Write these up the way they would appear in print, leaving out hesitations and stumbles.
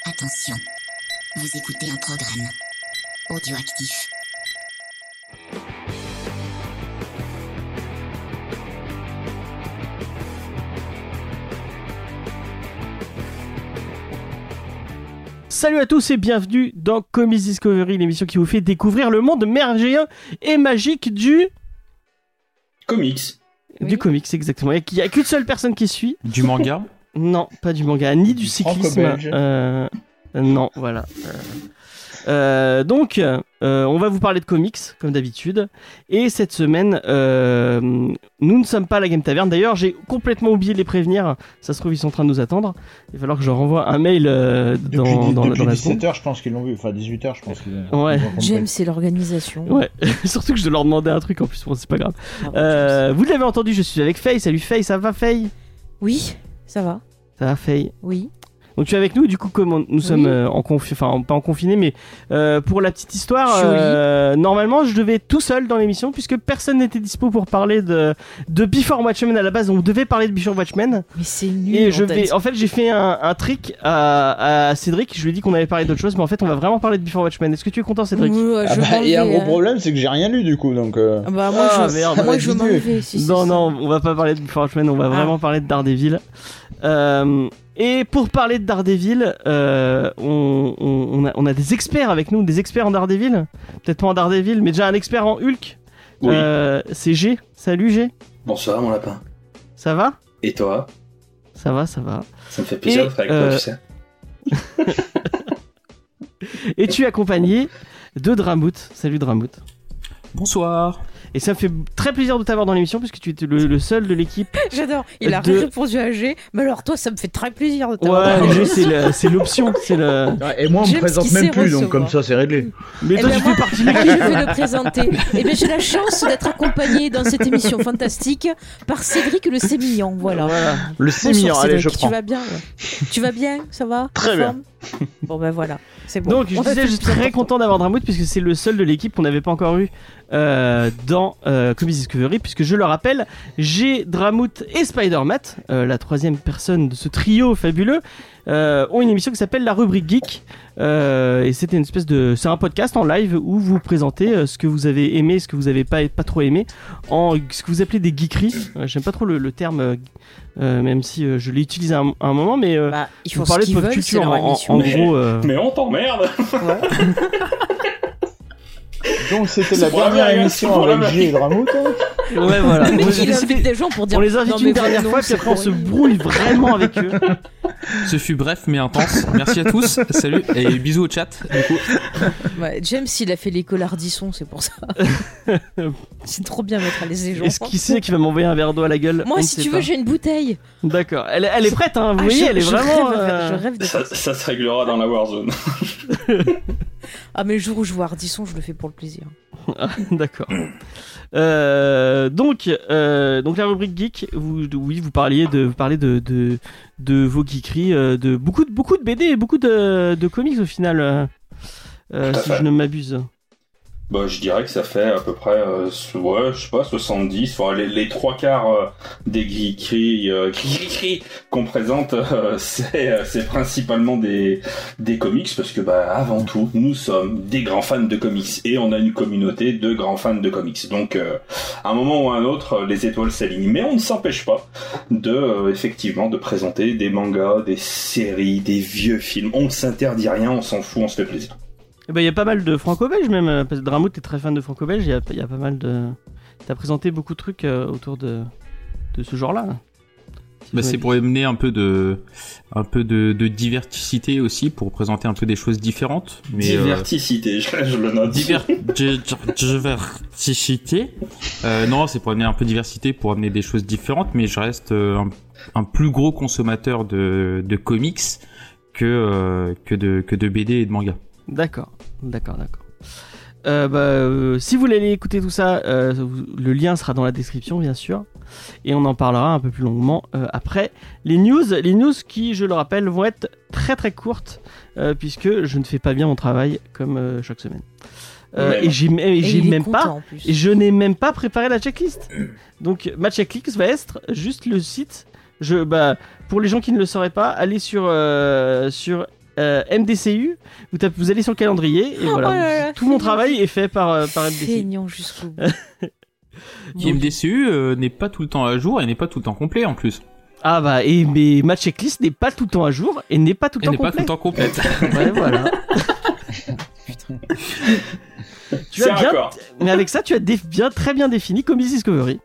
Attention, vous écoutez un programme audioactif. Salut à tous et bienvenue dans Comics Discovery, l'émission qui vous fait découvrir le monde merveilleux et magique du... Comics. Du comics, exactement. Il n'y a qu'une seule personne qui suit. Du manga? Non, pas du manga, ni du cyclisme. Non, voilà. Donc, on va vous parler de comics, comme d'habitude. Et cette semaine, nous ne sommes pas à la Game Taverne. D'ailleurs, j'ai complètement oublié de les prévenir. Ça se trouve, ils sont en train de nous attendre. Il va falloir que je leur renvoie un mail dans la 17h, je pense qu'ils l'ont vu. Enfin, 18h, je pense qu'ils l'ont ouais. J'aime, c'est l'organisation. Ouais, surtout que je dois leur demander un truc en plus. Bon, c'est pas grave. Vous l'avez entendu, je suis avec Faye. Salut Faye, ça va Faye? Oui, ça va. Ça va Faye? Oui. Donc tu es avec nous, du coup, comme nous sommes pas en confiné, mais pour la petite histoire, normalement je devais être tout seul dans l'émission puisque personne n'était dispo pour parler de Before Watchmen à la base. On devait parler de Before Watchmen. Mais c'est nul. Et en fait, j'ai fait un trick à Cédric. Je lui ai dit qu'on avait parlé d'autre chose, mais en fait, on va vraiment parler de Before Watchmen. Est-ce que tu es content, Cédric? Et un gros problème, c'est que j'ai rien lu du coup, donc. Moi, je veux m'enlever. Non, on va pas parler de Before Watchmen. On va vraiment parler de Daredevil. Et pour parler de Daredevil, on a des experts avec nous, des experts en Daredevil. Peut-être pas en Daredevil, mais déjà un expert en Hulk. Oui. C'est G. Salut G. Bonsoir mon lapin. Ça va? Et toi? Ça va. Ça me fait plaisir d'être avec toi, tu sais. Et tu es accompagné de Dramout. Salut Dramout. Bonsoir. Et ça me fait très plaisir de t'avoir dans l'émission puisque tu étais le seul de l'équipe. J'adore. Il a répondu à G. Mais alors toi, ça me fait très plaisir de t'avoir. Ouais, G, c'est l'option. Et moi, on me présente même plus, donc comme ça, c'est réglé. Mais toi, tu fais partie de l'équipe. Je vais le présenter. Et bien, j'ai la chance d'être accompagné dans cette émission fantastique par Cédric le Sémillant. Voilà. Le Sémillant, allez, je prends. Tu vas bien? Tu vas bien? Ça va? Très bien. Bon, ben voilà. C'est bon. Donc, je disais, je suis très content d'avoir Dramout puisque c'est le seul de l'équipe qu'on n'avait pas encore eu dans Comics Discovery, puisque je le rappelle, j'ai Dramout et Spider-Matt, la troisième personne de ce trio fabuleux, ont une émission qui s'appelle La Rubrique Geek, et c'était une espèce de... C'est un podcast en live où vous présentez ce que vous avez aimé, ce que vous avez pas trop aimé, en ce que vous appelez des geekeries. J'aime pas trop le terme, même si je l'ai utilisé à un moment, mais il faut vous parlez de pop culture en gros. Mais on t'emmerde. Ouais. Donc c'était la dernière émission avec G et Dramout. Ouais, voilà. Mais il invite des gens pour dire. On les invite une dernière fois, puis après on se brouille vraiment avec eux. Ce fut bref mais intense. Merci à tous. Salut et bisous au chat. Du coup. Ouais, James, il a fait l'école Ardisson, c'est pour ça. C'est trop bien mettre à l'aise les gens. Est-ce qu'il sait qu'il va m'envoyer un verre d'eau à la gueule? Moi, si tu veux, j'ai une bouteille. D'accord. Elle est prête, hein. Vous voyez, elle est vraiment. Je rêve de ça se réglera dans la Warzone. Ah, mais le jour où je vois Ardisson, je le fais pour le plaisir. D'accord. Donc la rubrique geek, vous parliez de vos geekeries, de beaucoup de BD et beaucoup de comics au final, si je ne m'abuse. Bah, je dirais que ça fait à peu près, je sais pas, 70, enfin, les trois quarts des geekeries qu'on présente, c'est principalement des comics, parce que, avant tout, nous sommes des grands fans de comics, et on a une communauté de grands fans de comics. Donc, à un moment ou à un autre, les étoiles s'alignent. Mais on ne s'empêche pas effectivement, de présenter des mangas, des séries, des vieux films. On ne s'interdit rien, on s'en fout, on se fait plaisir. Il y a pas mal de franco-belges même, parce que Dramout est très fan de franco-belges, il y a pas mal de... T'as présenté beaucoup de trucs autour de ce genre-là. C'est pour amener un peu de diversité aussi, pour présenter un peu des choses différentes. Mais diversité, je le note. Diversité. Non, c'est pour amener un peu de diversité, pour amener des choses différentes, mais je reste un plus gros consommateur de comics que de BD et de manga. D'accord. Si vous voulez aller écouter tout ça, le lien sera dans la description bien sûr, et on en parlera un peu plus longuement après les news qui, je le rappelle, vont être très très courtes puisque je ne fais pas bien mon travail comme chaque semaine. Et je n'ai même pas préparé la checklist. Donc ma checklist va être juste le site. Pour les gens qui ne le sauraient pas, allez sur MDCU. Vous allez sur le calendrier et voilà. Tout mon travail est fait par MDCU. Feignant jusqu'au bout. Qui MDCU n'est pas tout le temps à jour et n'est pas tout le temps complet en plus. Ah bah, et mais ma checklist n'est pas tout le temps à jour et n'est pas tout le temps complète. Pas tout le temps complète. Ouais, voilà. Mais avec ça, tu as très bien défini Comics Discovery.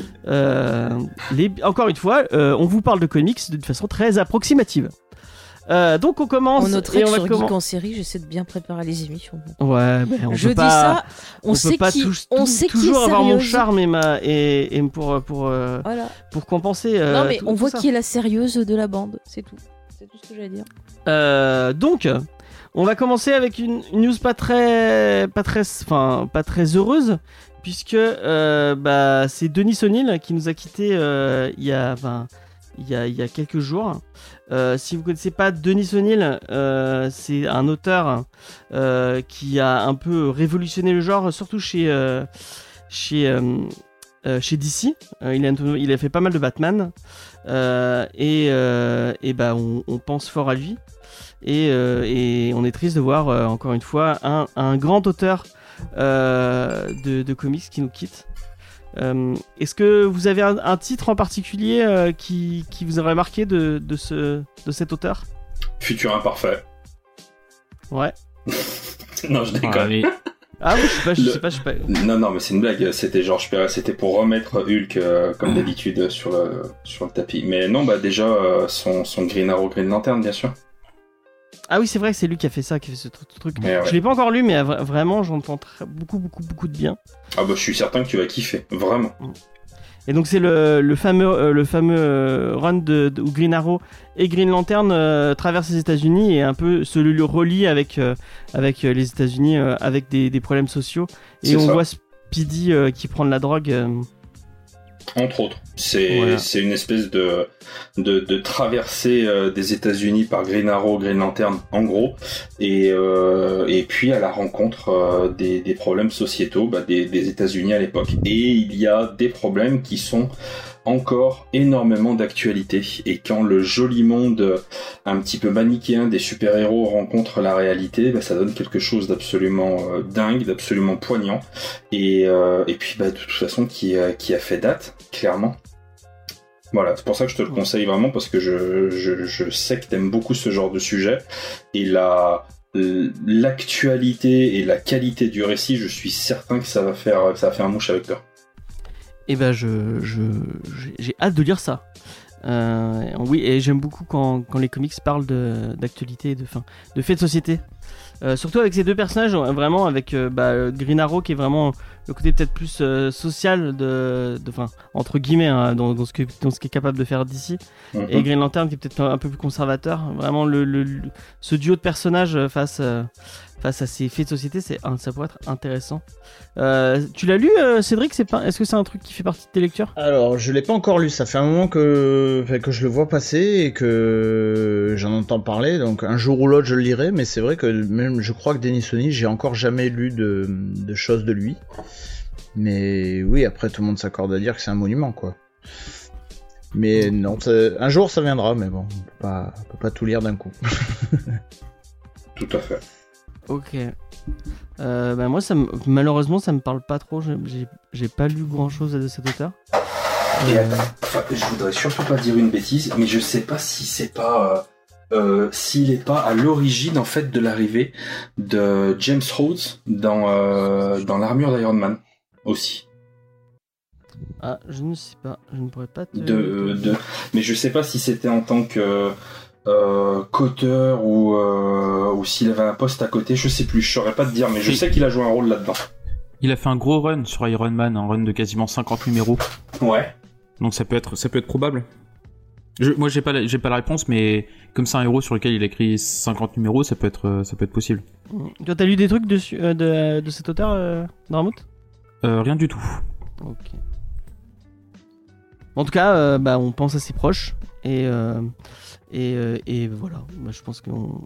Encore une fois, on vous parle de comics de façon très approximative. Donc on commence. On noterait que sur Geek en série, j'essaie de bien préparer les émissions. Ouais, mais je dis ça, on sait qui est toujours avoir mon sérieuse. charme et pour compenser. Non mais tout, on tout voit ça. qui est la sérieuse de la bande, c'est tout. C'est tout ce que j'ai à dire. Donc, on va commencer avec une news pas très heureuse, puisque c'est Denis O'Neill qui nous a quittés il y a quelques jours. Si vous connaissez pas Denis O'Neill, c'est un auteur qui a un peu révolutionné le genre, surtout chez DC. Il a fait pas mal de Batman on pense fort à lui et on est triste de voir encore une fois un grand auteur de comics qui nous quitte. Est-ce que vous avez un titre en particulier qui vous aurait marqué de cet auteur ? Futur imparfait. Ouais. Non, je déconne. Ah oui, je sais pas. Non, mais c'est une blague. C'était Georges Perez. C'était pour remettre Hulk comme d'habitude sur le tapis. Mais non, déjà son Green Arrow, Green Lantern, bien sûr. Ah oui, c'est vrai que c'est lui qui a fait ça, qui a fait ce truc. Ouais. Je l'ai pas encore lu, mais vraiment, j'entends beaucoup de bien. Ah je suis certain que tu vas kiffer, vraiment. Et donc c'est le fameux run où Green Arrow et Green Lantern traversent les États-Unis et un peu se le relie avec les États-Unis avec des problèmes sociaux. Et on voit Speedy qui prend de la drogue. Entre autres, c'est une espèce de traversée des États-Unis par Green Arrow, Green Lantern, en gros, et puis à la rencontre des problèmes sociétaux des États-Unis à l'époque. Et il y a des problèmes qui sont encore énormément d'actualité. Et quand le joli monde un petit peu manichéen des super-héros rencontre la réalité, ça donne quelque chose d'absolument dingue, d'absolument poignant. Et puis de toute façon qui a fait date, clairement. Voilà, c'est pour ça que je te le conseille vraiment, parce que je sais que t'aimes beaucoup ce genre de sujet. Et l'actualité et la qualité du récit, je suis certain que ça va faire un mouche avec toi. Et j'ai hâte de lire ça. Oui, et j'aime beaucoup quand les comics parlent d'actualité, de faits de société. Surtout avec ces deux personnages, vraiment avec Green Arrow qui est vraiment le côté peut-être plus social entre guillemets dans ce qu'est capable de faire DC, et Green Lantern qui est peut-être un peu plus conservateur. Vraiment ce duo de personnages face à ces faits de société, ça pourrait être intéressant. Tu l'as lu, Cédric? Est-ce que c'est un truc qui fait partie de tes lectures? Alors, je l'ai pas encore lu. Ça fait un moment que je le vois passer et que j'en entends parler. Donc, un jour ou l'autre, je le lirai. Mais c'est vrai que même, je crois que Denis O'Neill, j'ai encore jamais lu de choses de lui. Mais oui, après, tout le monde s'accorde à dire que c'est un monument, quoi. Mais non, un jour, ça viendra. Mais bon, on peut pas tout lire d'un coup. Tout à fait. Ok. Moi, malheureusement, ça me parle pas trop. J'ai pas lu grand chose de cet auteur. Et je voudrais surtout pas dire une bêtise, mais je sais pas si c'est pas s'il est pas à l'origine en fait de l'arrivée de James Rhodes dans l'armure d'Iron Man aussi. Ah, je ne sais pas. Je ne pourrais pas te... Mais je sais pas si c'était en tant que qu'auteur ou s'il avait un poste à côté, je sais plus, je saurais pas te dire, mais je sais qu'il a joué un rôle là-dedans. Il a fait un gros run sur Iron Man, un run de quasiment 50 numéros. Ouais. Donc ça peut être probable. Moi j'ai pas la réponse, mais comme c'est un héros sur lequel il a écrit 50 numéros, ça peut être possible. Toi, t'as lu des trucs dessus de cet auteur, Dramout ? Rien du tout. Ok. En tout cas, on pense à ses proches et voilà. Je pense qu'on...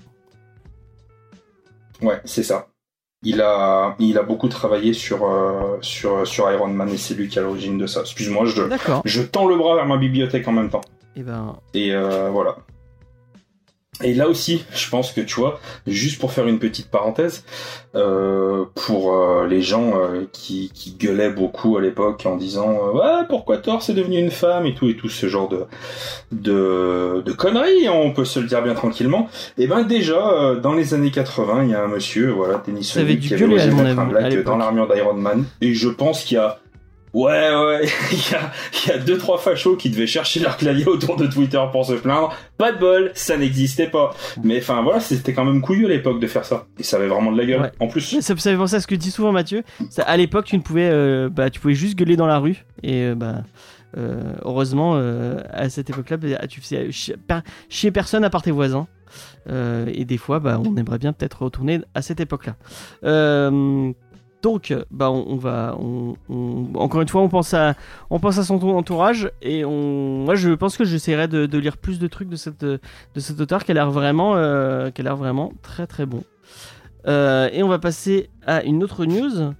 Ouais, c'est ça. Il a beaucoup travaillé sur Iron Man et c'est lui qui est à l'origine de ça. Excuse-moi, je tends le bras vers ma bibliothèque en même temps. Et voilà. Et là aussi, je pense que tu vois, juste pour faire une petite parenthèse, pour les gens qui gueulaient beaucoup à l'époque en disant ouais, pourquoi Thor c'est devenu une femme et tout ce genre de conneries, on peut se le dire bien tranquillement. Et ben déjà dans les années 80, il y a un monsieur, voilà, Denis Sonic, qui avait osé mettre un black dans l'armure d'Iron Man, et je pense qu'il y a Ouais, il y a 2-3 fachos qui devaient chercher leur clavier autour de Twitter pour se plaindre. Pas de bol, ça n'existait pas. Mais enfin voilà, c'était quand même couillu à l'époque de faire ça. Et ça avait vraiment de la gueule. Ouais. En plus. Ça fait penser à ce que dit souvent Mathieu. À l'époque, tu pouvais juste gueuler dans la rue. Et heureusement, à cette époque-là, tu faisais chier personne à part tes voisins. Et des fois, on aimerait bien peut-être retourner à cette époque-là. Donc, encore une fois, on pense à son entourage et moi, je pense que j'essaierai de lire plus de trucs de cet auteur qui a l'air vraiment très très bon. Et on va passer à une autre news.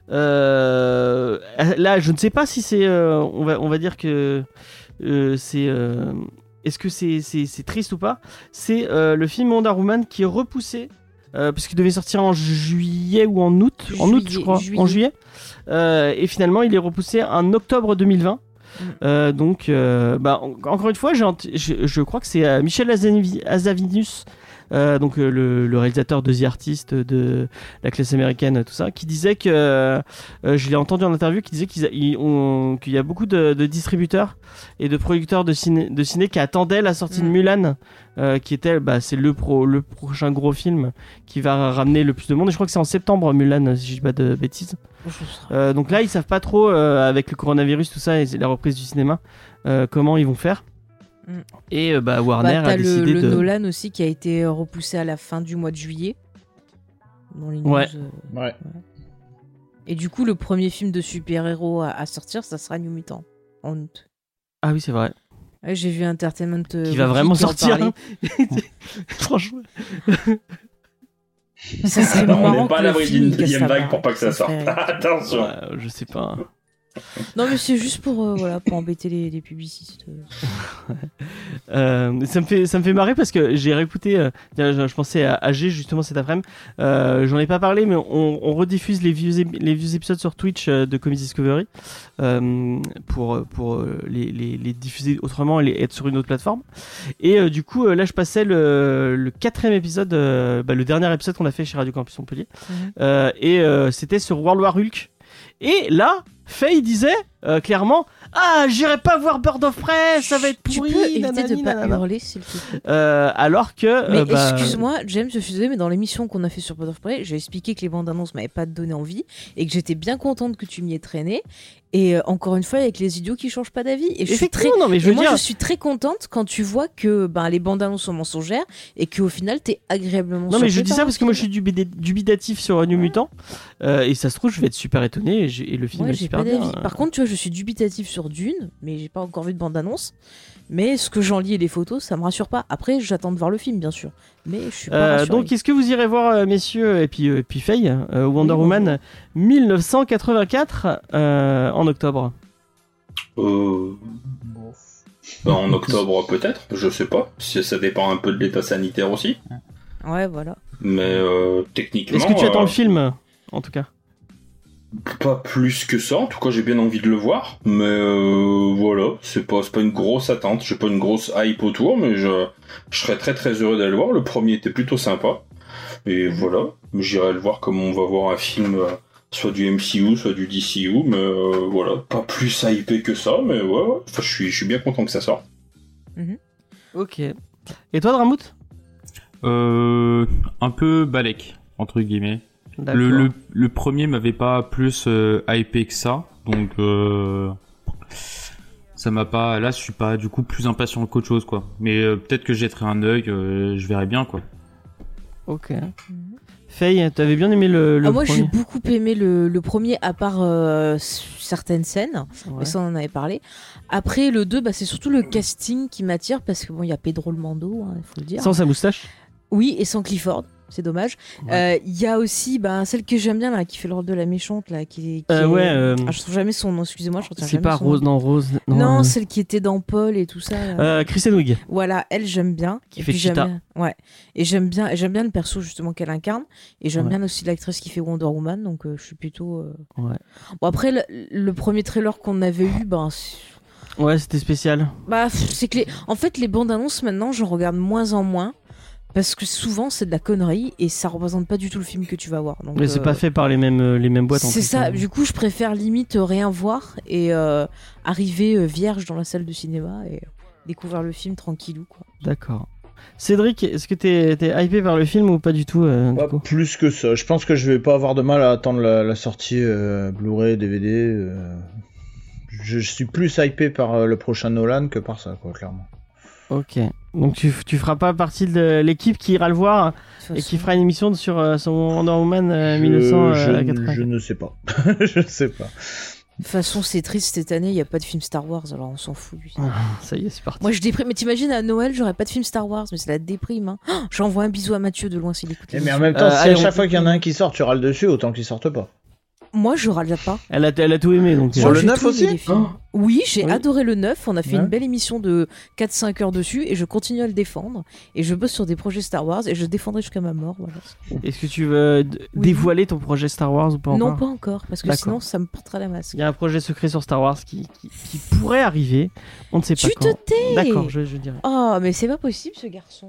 Là, je ne sais pas si c'est, on va dire que c'est. Est-ce que c'est triste ou pas? C'est le film Wonder Woman qui est repoussé. Puisqu'il devait sortir en juillet ou en août, je crois, en juillet. Et finalement, il est repoussé en octobre 2020. Donc, encore une fois, je crois que c'est Michel Hazanavicius, donc le réalisateur de The Artist, de la classe américaine, tout ça, qui disait que, je l'ai entendu en interview, qui disait qu'il y a beaucoup de distributeurs et de producteurs de ciné qui attendaient la sortie de Mulan, qui était, c'est le prochain gros film qui va ramener le plus de monde. Et je crois que c'est en septembre, Mulan, si je dis pas de bêtises. Donc là, ils savent pas trop, avec le coronavirus, tout ça, et la reprise du cinéma, comment ils vont faire. Et Warner a décidé le Nolan aussi qui a été repoussé à la fin du mois de juillet dans les news, ouais. Et du coup le premier film de super-héros à sortir, ça sera New Mutant en août. Ah oui, c'est vrai. Ouais, j'ai vu Entertainment qui va vraiment sortir. Franchement, ça serait on marrant. n'est pas à l'abri d'une deuxième vague pour pas que ça sorte. Attention. Je sais pas. Non mais c'est juste pour embêter les publicistes. Ça me fait marrer parce que j'ai réécouté, je pensais à AG justement cet après-midi, j'en ai pas parlé, mais on rediffuse les vieux épisodes sur Twitch de Comics Discovery pour les diffuser autrement et être sur une autre plateforme. Et du coup là je passais le 4e épisode, le dernier épisode qu'on a fait chez Radio Campus Montpellier, et c'était sur World War Hulk. Et là, Faye disait clairement j'irai pas voir Bird of Prey, ça va être pourri. Tu peux éviter de pas hurler, s'il te plaît. Alors que. Mais excuse-moi, James, je suis désolée, mais dans l'émission qu'on a fait sur Bird of Prey, j'ai expliqué que les bandes annonces m'avaient pas donné envie et que j'étais bien contente que tu m'y aies traîné. Et encore une fois, avec les idiots qui changent pas d'avis. Et je suis je suis très contente quand tu vois que les bandes annonces sont mensongères et qu'au final, t'es agréablement surpris. Non, mais je dis ça parce que moi je suis dubitatif sur New Mutant. Et ça se trouve, je vais être super étonné. Et le film est super bien. Par contre, tu vois, je suis dubitatif sur Dune, mais j'ai pas encore vu de bande-annonce. Mais ce que j'en lis et les photos, ça me rassure pas. Après, j'attends de voir le film, bien sûr. Mais je suis pas rassurée. Donc, est-ce que vous irez voir, messieurs, et puis Faye, Wonder Woman 1984 en octobre? En octobre, peut-être. Je sais pas. Ça dépend un peu de l'état sanitaire aussi. Ouais, voilà. Mais techniquement. Est-ce que tu attends le film, en tout cas? Pas plus que ça, en tout cas j'ai bien envie de le voir, mais voilà, c'est pas une grosse attente, j'ai pas une grosse hype autour, mais je serais très très heureux d'aller le voir. Le premier était plutôt sympa, et voilà, j'irai le voir comme on va voir un film soit du MCU, soit du DCU, mais voilà, pas plus hypé que ça, mais ouais, enfin je suis bien content que ça sorte. Ok. Et toi, Dramout? Un peu balèque, entre guillemets. Le premier m'avait pas plus hypé que ça, donc ça m'a pas. Là, je suis pas du coup plus impatient qu'autre chose, quoi. Mais peut-être que je jetterai un œil, je verrai bien, quoi. Ok. Faye, t'avais bien aimé le moi, premier? j'ai beaucoup aimé le premier, à part certaines scènes, mais ça on en avait parlé. Après, le 2, c'est surtout le casting qui m'attire, parce que il y a Pedro Mando, il faut le dire. Sans sa moustache? Oui, et sans Clifford. c'est dommage. Ouais. Il y a aussi celle que j'aime bien là, qui fait le rôle de la méchante là, qui je trouve jamais son nom, excusez-moi, je retiens c'est jamais pas son Rose, nom. non Rose. Non, celle qui était dans Paul et tout ça. Là. Kristen Wiig. Voilà, elle j'aime bien. Qui Et fait puis, Cheetah. Ouais. Et j'aime bien le perso justement qu'elle incarne. Et j'aime Ouais. bien aussi l'actrice qui fait Wonder Woman. Donc je suis plutôt. Ouais. Bon après le premier trailer qu'on avait eu, Ouais, c'était spécial. c'est que en fait les bandes annonces maintenant, j'en regarde moins en moins. Parce que souvent c'est de la connerie et ça représente pas du tout le film que tu vas voir. Donc, Mais c'est pas fait par les mêmes boîtes. C'est ça, du coup je préfère limite rien voir et arriver vierge dans la salle de cinéma et découvrir le film tranquillou quoi. D'accord. Cédric, est-ce que t'es hypé par le film ou pas du tout, du coup Plus que ça. Je pense que je vais pas avoir de mal à attendre la sortie Blu-ray, DVD. Je suis plus hypé par le prochain Nolan que par ça, quoi, clairement. Ok. Donc tu feras pas partie de l'équipe qui ira le voir et qui fera une émission sur son Wonder Woman 1980. Je ne sais pas. Je ne sais pas. De toute façon, c'est triste cette année, il n'y a pas de film Star Wars, alors on s'en fout. Lui. Ça y est, c'est parti. Moi, je déprime. Mais t'imagines, à Noël, j'aurais pas de film Star Wars, mais c'est la déprime. Hein. J'envoie un bisou à Mathieu de loin s'il écoute. Mais en même temps, si à chaque fois qu'il y en a un qui sort, tu râles dessus, autant qu'il sorte pas. Moi, je râle pas. Elle a tout aimé, donc. Sur le 9 aussi Oui, j'ai adoré le 9. On a fait Ouais. une belle émission de 4-5 heures dessus et je continue à le défendre. Et je bosse sur des projets Star Wars et je défendrai jusqu'à ma mort. Voilà. Est-ce que tu veux dévoiler ton projet Star Wars ou pas encore? Non, pas encore, parce que D'accord. sinon ça me portera la masque. Il y a un projet secret sur Star Wars qui pourrait arriver. On ne sait pas Tu quand. te tais. D'accord, je dirais. Oh, mais c'est pas possible ce garçon.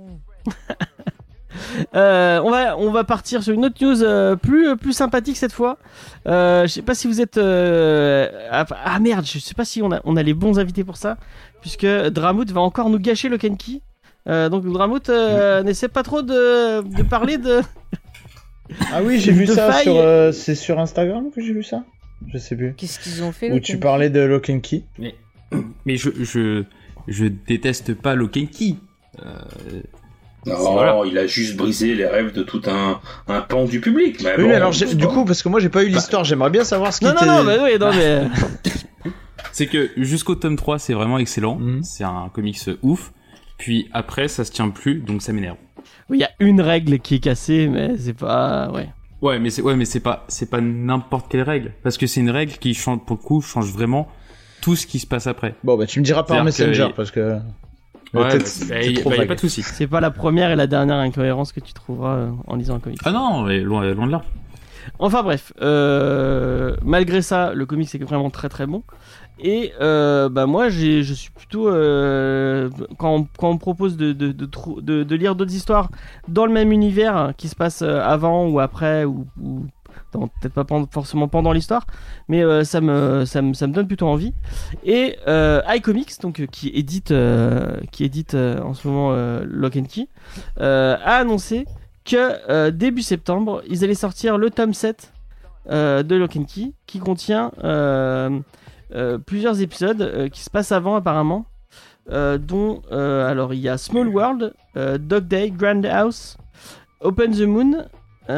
On va partir sur une autre news plus sympathique cette fois. Je sais pas si vous êtes ah merde, je sais pas si on a les bons invités pour ça, puisque Dramout va encore nous gâcher le Kenki. Donc Dramout n'essaie pas trop de parler de. Ah oui, j'ai vu de ça faille. c'est sur Instagram que j'ai vu ça. Je sais plus. Qu'est-ce qu'ils ont fait Où tu parlais de Lock and Key. Mais je déteste pas Lokenki. Non, Voilà. il a juste brisé les rêves de tout un pan du public. Mais Oui, bon, mais alors du coup, parce que moi j'ai pas eu l'histoire, j'aimerais bien savoir ce qui était. Non, mais C'est que jusqu'au tome 3, c'est vraiment excellent. C'est un comics ouf. Puis après, ça se tient plus, donc ça m'énerve. il y a une règle qui est cassée, mais c'est pas Ouais, mais c'est pas n'importe quelle règle. Parce que c'est une règle qui change, pour le coup, change vraiment tout ce qui se passe après. Bon, bah tu me diras par C'est-à-dire Messenger que- parce que. Ouais, Peut-être il y a pas de souci. c'est pas la première et la dernière incohérence que tu trouveras en lisant un comics. Ah non, mais loin de là. Enfin bref, malgré ça, le comics est vraiment très très bon. Et moi, je suis plutôt quand on me propose de lire d'autres histoires dans le même univers qui se passe avant ou après ou peut-être pas forcément pendant l'histoire, mais ça me donne plutôt envie. Et iComics, donc qui édite en ce moment Lock and Key, a annoncé que début septembre, ils allaient sortir le tome 7 de Lock and Key, qui contient plusieurs épisodes qui se passent avant apparemment, dont alors il y a Small World, Dog Day, Grand House, Open the Moon,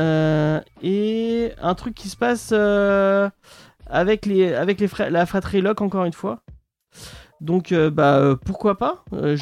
et un truc qui se passe avec la fratrie Locke encore une fois. Donc pourquoi pas.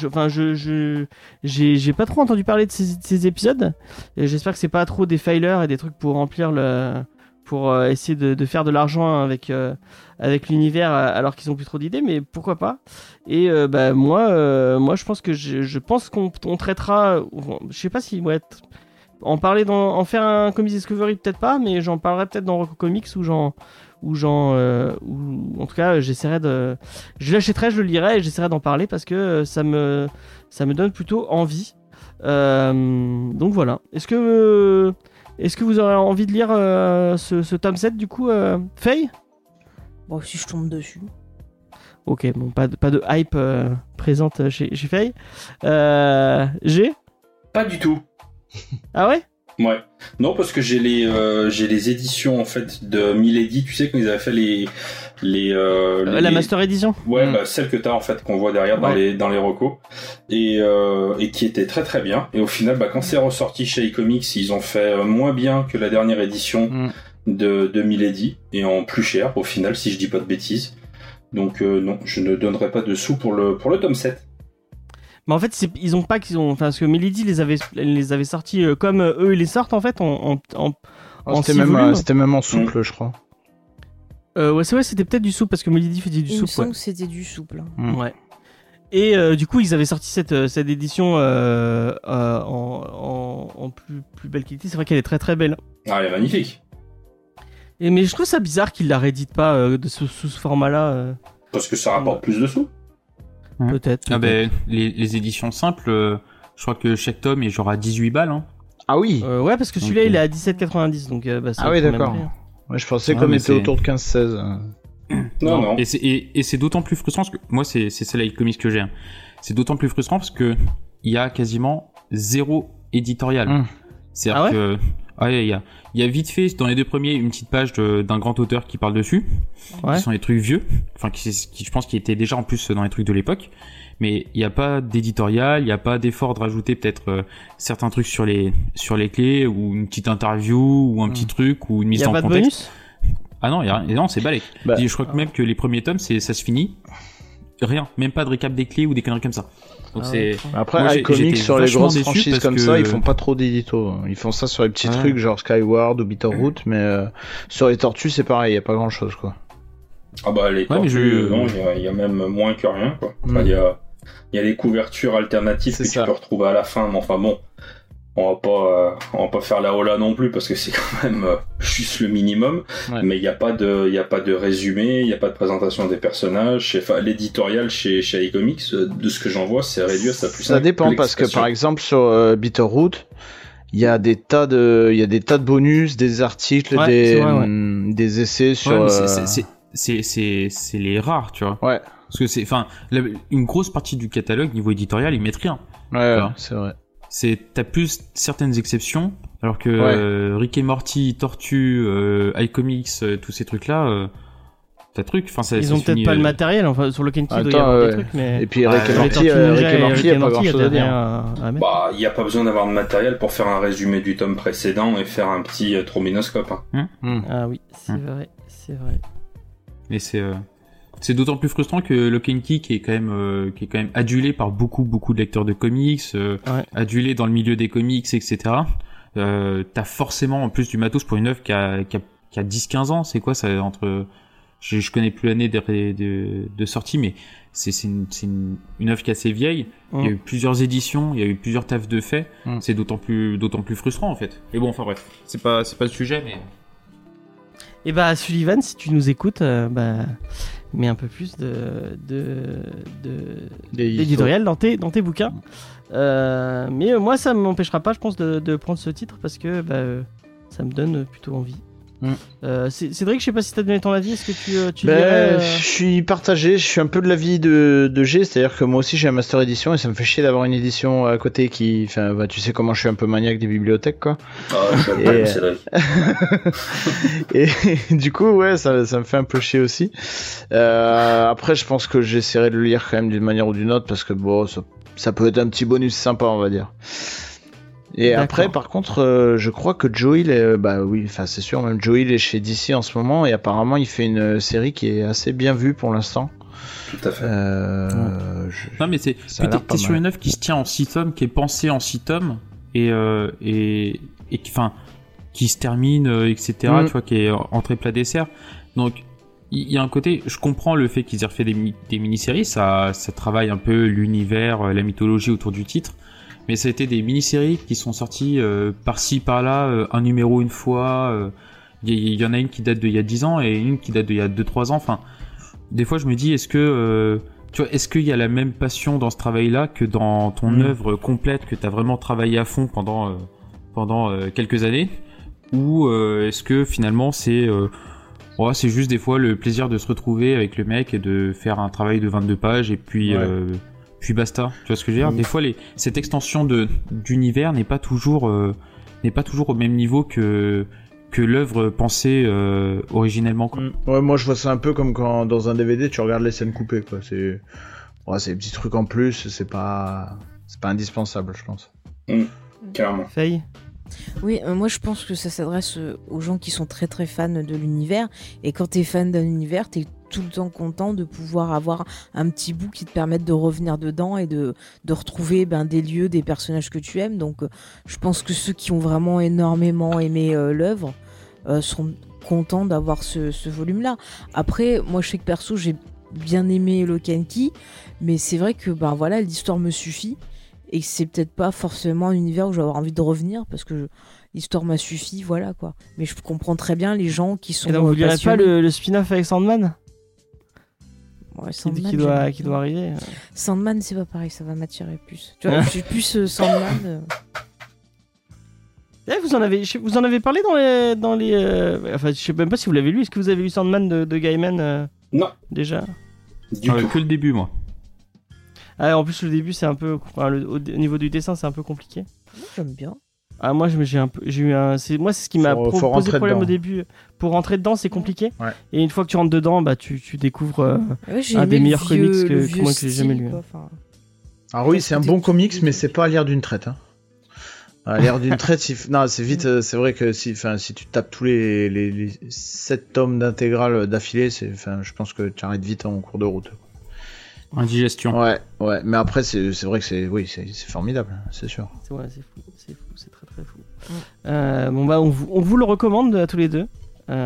J'ai pas trop entendu parler de ces épisodes. Et j'espère que c'est pas trop des failers et des trucs pour remplir pour essayer de faire de l'argent avec l'univers alors qu'ils ont plus trop d'idées, mais pourquoi pas. Et moi je pense que je pense qu'on traitera, je sais pas si en faire un Comics Discovery peut-être pas, mais j'en parlerai peut-être dans Rocco Comics ou en tout cas je l'achèterai, je le lirai et j'essaierai d'en parler parce que ça me donne plutôt envie. Donc voilà. Est-ce que vous aurez envie de lire ce tome 7 du coup, Faye? Bon, si je tombe dessus. Ok, bon, pas de hype présente chez Faye. G? Pas du tout. Ah ouais? Ouais. Non, parce que j'ai les éditions en fait de Milady, tu sais quand ils avaient fait la Master Edition. Ouais, celle que t'as en fait qu'on voit derrière dans les recos et qui était très très bien. Et au final, quand c'est ressorti chez iComics, ils ont fait moins bien que la dernière édition de Milady et en plus cher au final, si je dis pas de bêtises. Donc non, je ne donnerai pas de sous pour le tome 7. Mais en fait, ils ont pas parce que Milady les avait sortis comme eux ils les sortent en fait en c'était même en souple, je crois. Ouais, c'est vrai, c'était peut-être du souple parce que Milady faisait du souple. Il me semble que c'était du souple. Ouais. Et du coup, ils avaient sorti cette édition en plus belle qualité. C'est vrai qu'elle est très très belle. Ah, elle est magnifique. Mais je trouve ça bizarre qu'ils la rééditent pas sous ce format-là. Parce que ça rapporte plus de sous. Peut-être. Ah ben, les éditions simples, je crois que chaque tome est genre à 18 balles. Hein. Ah oui. Ouais, parce que celui-là il est à 17,90 donc. Ah oui, d'accord. Ouais, je pensais qu'on était autour de 15-16. Non. Et c'est d'autant plus frustrant parce que moi c'est celle-là comics que j'ai. Hein. C'est d'autant plus frustrant parce que il y a quasiment zéro éditorial. C'est-à-dire que il y a vite fait dans les deux premiers une petite page d'un grand auteur qui parle dessus. Qui sont des trucs vieux, enfin qui je pense qui étaient déjà en plus dans les trucs de l'époque. Mais il n'y a pas d'éditorial, il n'y a pas d'effort de rajouter peut-être certains trucs sur les clés ou une petite interview ou un petit truc ou une mise en contexte. Il n'y a pas de bonus ? Ah non, non, c'est balèque. Je crois que même que les premiers tomes, ça se finit. Rien, même pas de récap des clés ou des conneries comme ça. Donc Après, iComics sur les grosses franchises comme ça, ils font pas trop d'édito. Ils font ça sur les petits trucs genre Skyward ou Bitterroot, mais sur les tortues, c'est pareil, il y a pas grand chose quoi. Ah bah les tortues, non, il y a même moins que rien quoi. Enfin, il y a les couvertures alternatives que tu peux retrouver à la fin, mais enfin bon. On va pas faire la hola non plus parce que c'est quand même juste le minimum. Mais il y a pas de résumé, il y a pas de présentation des personnages. L'éditorial chez iComics, de ce que j'en vois, c'est réduit à sa plus simple. Ça dépend parce que par exemple sur Bitterroot, il y a des tas de bonus, des articles, des essais sur. C'est les rares, tu vois. Ouais. Parce que une grosse partie du catalogue niveau éditorial, ils mettent rien. Ouais, c'est vrai. T'as plus certaines exceptions, alors que Rick et Morty, Tortue, iComics, tous ces trucs-là, ils ont peut-être pas le matériel, enfin sur le Ken Kid, il y a des trucs, mais... Et puis Rick et Morty, il y a pas grand-chose à dire. Bah, il n'y a pas besoin d'avoir de matériel pour faire un résumé du tome précédent et faire un petit trombinoscope. Ah oui, c'est vrai. Mais c'est d'autant plus frustrant que Lock & Key qui est quand même adulé par beaucoup de lecteurs de comics, adulé dans le milieu des comics, etc. T'as forcément en plus du matos pour une œuvre qui a 10-15 ans. C'est quoi ça entre je connais plus l'année de sortie, mais c'est une œuvre qui est assez vieille. Il y a eu plusieurs éditions, il y a eu plusieurs tafs de fait. C'est d'autant plus frustrant en fait. Et bon, enfin bref, c'est pas le sujet, mais. Et bah Sullivan, si tu nous écoutes, mets un peu plus d'éditorial dans tes bouquins. Mais moi, ça m'empêchera pas, je pense, de prendre ce titre parce que ça me donne plutôt envie. Cédric, je sais pas si t'as donné ton avis, est-ce que tu dirais, Je suis partagé, je suis un peu de l'avis de G, c'est-à-dire que moi aussi j'ai un master édition et ça me fait chier d'avoir une édition à côté qui, tu sais comment je suis un peu maniaque des bibliothèques quoi. C'est vrai. Et du coup ça me fait un peu chier aussi. Après je pense que j'essaierai de le lire quand même d'une manière ou d'une autre parce que bon ça peut être un petit bonus sympa on va dire. Et après, par contre, je crois que Joel c'est sûr, même Joel est chez DC en ce moment et apparemment il fait une série qui est assez bien vue pour l'instant. Tout à fait. Non mais t'es sur une œuvre qui se tient en 6 tomes, qui est pensée en 6 tomes et qui se termine, etc. Tu vois, qui est entrée plat dessert. Donc il y a un côté, je comprends le fait qu'ils aient refait des mini-séries, ça travaille un peu l'univers, la mythologie autour du titre. Mais ça a été des mini-séries qui sont sorties par-ci, par-là, un numéro une fois. Il y en a une qui date d'il y a 10 ans et une qui date d'il y a 2-3 ans. Enfin, des fois, je me dis, est-ce qu'il y a la même passion dans ce travail-là que dans ton œuvre complète que tu as vraiment travaillé à fond pendant quelques années? Ou est-ce que finalement, c'est juste des fois le plaisir de se retrouver avec le mec et de faire un travail de 22 pages et puis... puis basta, tu vois ce que je veux dire. Des fois, cette extension d'univers n'est pas toujours au même niveau que l'œuvre pensée originellement. Quoi. Ouais, moi je vois ça un peu comme quand dans un DVD tu regardes les scènes coupées, quoi. C'est des petits trucs en plus, c'est pas indispensable, je pense. Carrément. Faye. Oui, moi je pense que ça s'adresse aux gens qui sont très très fans de l'univers, et quand t'es fan d'un univers, t'es tout le temps content de pouvoir avoir un petit bout qui te permette de revenir dedans et de retrouver des lieux, des personnages que tu aimes. Donc je pense que ceux qui ont vraiment énormément aimé l'œuvre seront contents d'avoir ce volume-là. Après, moi je sais que perso j'ai bien aimé Lock and Key, mais c'est vrai que voilà, l'histoire me suffit et que c'est peut-être pas forcément un univers où j'ai envie de revenir parce que l'histoire m'a suffi, voilà quoi. Mais je comprends très bien les gens qui sont. Et donc vous lirez pas le spin-off avec Sandman? Ouais, Sandman qui doit arriver. Sandman, c'est pas pareil, ça va m'attirer plus. Tu vois, je suis plus Sandman. Vous en avez parlé dans les. Enfin, je sais même pas si vous l'avez lu. Est-ce que vous avez lu Sandman de Gaiman Non. Déjà. Du tout. Que le début, moi. Ah, en plus le début c'est un peu. Au niveau du dessin c'est un peu compliqué. Moi, j'aime bien. Ah, moi c'est ce qui m'a posé problème dedans. au début. Pour rentrer dedans c'est compliqué. Ouais. Et une fois que tu rentres dedans, tu découvres un des meilleurs comics que moi que j'ai jamais lu. Alors oui, c'est un bon comics, mais c'est pas à lire d'une traite. À l'air d'une traite, c'est vite. C'est vrai que si tu tapes tous les 7 tomes d'intégrale d'affilée, je pense que tu arrêtes vite en cours de route. Indigestion. Ouais. Mais après, c'est vrai que c'est formidable, c'est sûr. C'est fou, c'est très très fou. On vous le recommande à tous les deux,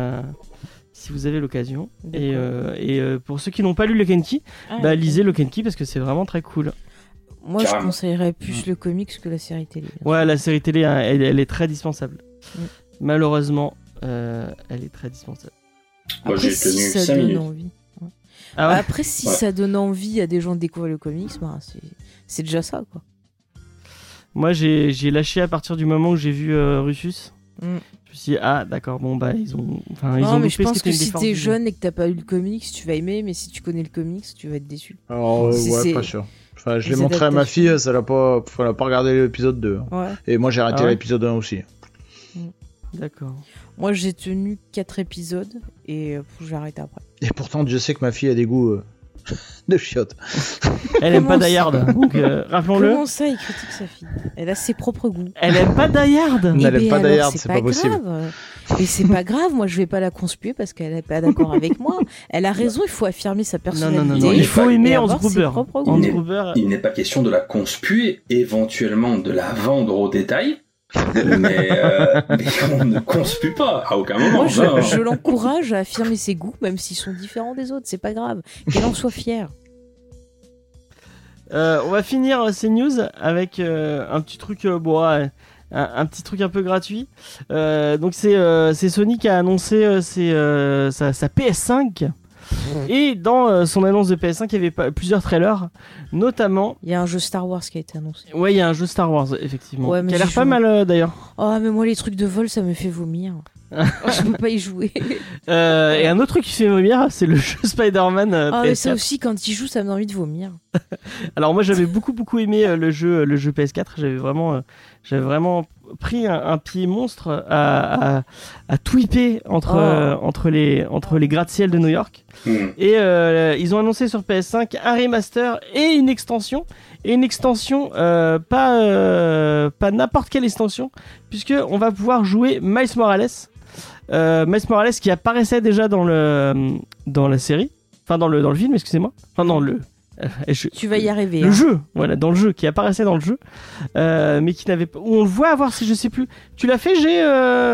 si vous avez l'occasion. Et pour ceux qui n'ont pas lu Lock and Key, lisez Lock and Key parce que c'est vraiment très cool. Moi, je conseillerais plus le comics que la série télé. Ouais, la série télé, elle est très dispensable. Malheureusement, elle est très dispensable. Moi, j'ai tenu 5 minutes. Ah ouais. Après, si ça donne envie à des gens de découvrir le comics, c'est déjà ça, quoi. Moi, j'ai lâché à partir du moment où j'ai vu Rufus. Je me suis dit, d'accord, ils ont mais je pense que si t'es jeune et que t'as pas lu le comics, tu vas aimer, mais si tu connais le comics, tu vas être déçu. Alors, pas sûr. Enfin, je l'ai montré à ma fille, elle a pas regardé l'épisode 2. Ouais. Et moi, j'ai arrêté l'épisode 1 aussi. D'accord. Moi, j'ai tenu 4 épisodes et j'ai arrêté après. Et pourtant, Dieu sait que ma fille a des goûts de chiottes. Elle aime pas Die Hard, donc rappelons-le. Comment ça, il critique sa fille? Elle a ses propres goûts. Elle aime pas Die Hard. Elle aime pas Die Hard, c'est pas possible. Et c'est pas grave, moi je vais pas la conspuer parce qu'elle est pas d'accord avec moi. Elle a raison, il faut affirmer sa personnalité. Non, il faut aimer Hans Gruber. Il n'est pas question de la conspuer, éventuellement de la vendre au détail. mais on ne conspue pas à aucun moment. Moi, je l'encourage à affirmer ses goûts, même s'ils sont différents des autres. C'est pas grave, qu'elle en soit fière. On va finir ces news avec un petit truc, un petit truc un peu gratuit. Donc c'est Sony qui a annoncé sa PS5. Et dans son annonce de PS5, il y avait plusieurs trailers, notamment. Il y a un jeu Star Wars qui a été annoncé. Ouais, il y a un jeu Star Wars, effectivement. Ouais, qui a l'air pas mal d'ailleurs. Oh, mais moi, les trucs de vol, ça me fait vomir. Je peux pas y jouer. Et un autre truc qui fait vomir, c'est le jeu Spider-Man. Mais ça aussi, quand il joue, ça me donne envie de vomir. Alors, moi, j'avais beaucoup aimé le jeu PS4. J'avais vraiment pris un pied monstre à tweeper entre les gratte-ciel de New York. Et ils ont annoncé sur PS5 un remaster et une extension. Et une extension, pas n'importe quelle extension, puisque on va pouvoir jouer Miles Morales. Miles Morales qui apparaissait déjà dans la série, enfin dans le film, excusez-moi. Enfin dans le. Tu vas y arriver. Le jeu, voilà, dans le jeu, qui apparaissait dans le jeu, mais qui n'avait pas. Où on le voit avoir, si je sais plus. Tu l'as fait, Spider-Man ?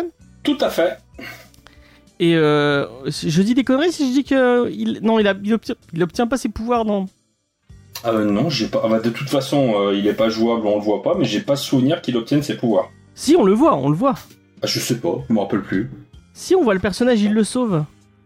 Tout à fait. Et je dis des conneries si je dis que il obtient pas ses pouvoirs dans. Non, j'ai pas. De toute façon, il est pas jouable, on le voit pas, mais j'ai pas souvenir qu'il obtienne ses pouvoirs. Si, on le voit. Ah, je sais pas, je me rappelle plus. Si, on voit le personnage, il le sauve.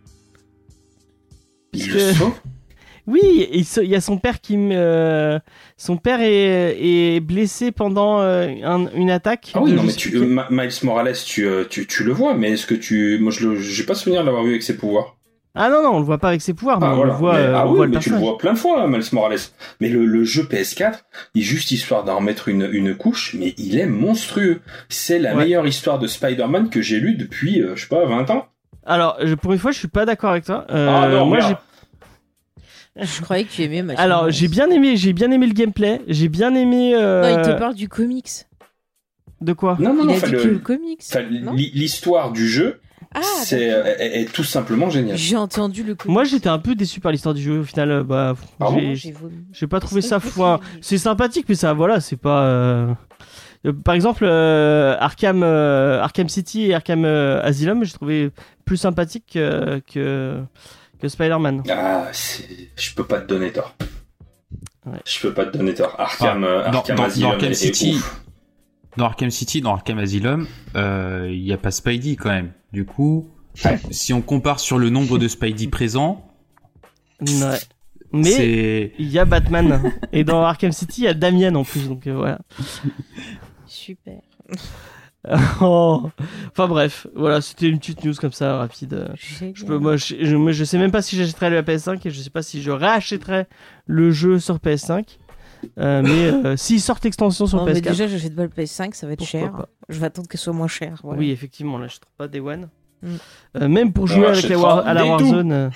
Il le sauve ? Oui, il y a son père son père est blessé pendant une attaque. Ah oui, non, mais Miles Morales, tu le vois, mais est-ce que moi, j'ai pas souvenir de l'avoir vu avec ses pouvoirs. Ah non, on le voit pas avec ses pouvoirs, mais on le voit. Mais tu le vois plein de fois, Miles Morales. Mais le jeu PS4, il est juste histoire d'en remettre une couche, mais il est monstrueux. C'est la meilleure histoire de Spider-Man que j'ai lue depuis, je sais pas, 20 ans. Alors, pour une fois, je suis pas d'accord avec toi. Moi, Je croyais que tu aimais Miles Alors, Morales. j'ai bien aimé le gameplay, j'ai bien aimé... Non, il te parle du comics. De quoi ? Non, il a dit que le comics. L'histoire du jeu, est tout simplement génial. J'ai entendu le coup. Moi, j'étais un peu déçu par l'histoire du jeu. Au final, j'ai pas trouvé ça foin. C'est sympathique, mais ça, voilà, c'est pas. Par exemple, Arkham City et Arkham Asylum, j'ai trouvé plus sympathique que Spider-Man. Je peux pas te donner tort. Ouais. Je peux pas te donner tort. Arkham Asylum Arkham City. ouf. Dans Arkham City, dans Arkham Asylum, il y a pas Spidey quand même. Du coup, si on compare sur le nombre de Spidey présents, ouais. Mais il y a Batman et dans Arkham City il y a Damien en plus, donc voilà. Super. Enfin bref, voilà, c'était une petite news comme ça rapide. Je sais même pas si j'achèterai la PS5 et je sais pas si je réachèterai le jeu sur PS5. Mais s'il sort extension sur PS4. Mais déjà, j'achète pas le PS5, ça va être cher. Pas. Je vais attendre qu'elle soit moins chère. Voilà. Oui, effectivement, là, je trouve pas Day One. Même pour jouer avec à la Warzone.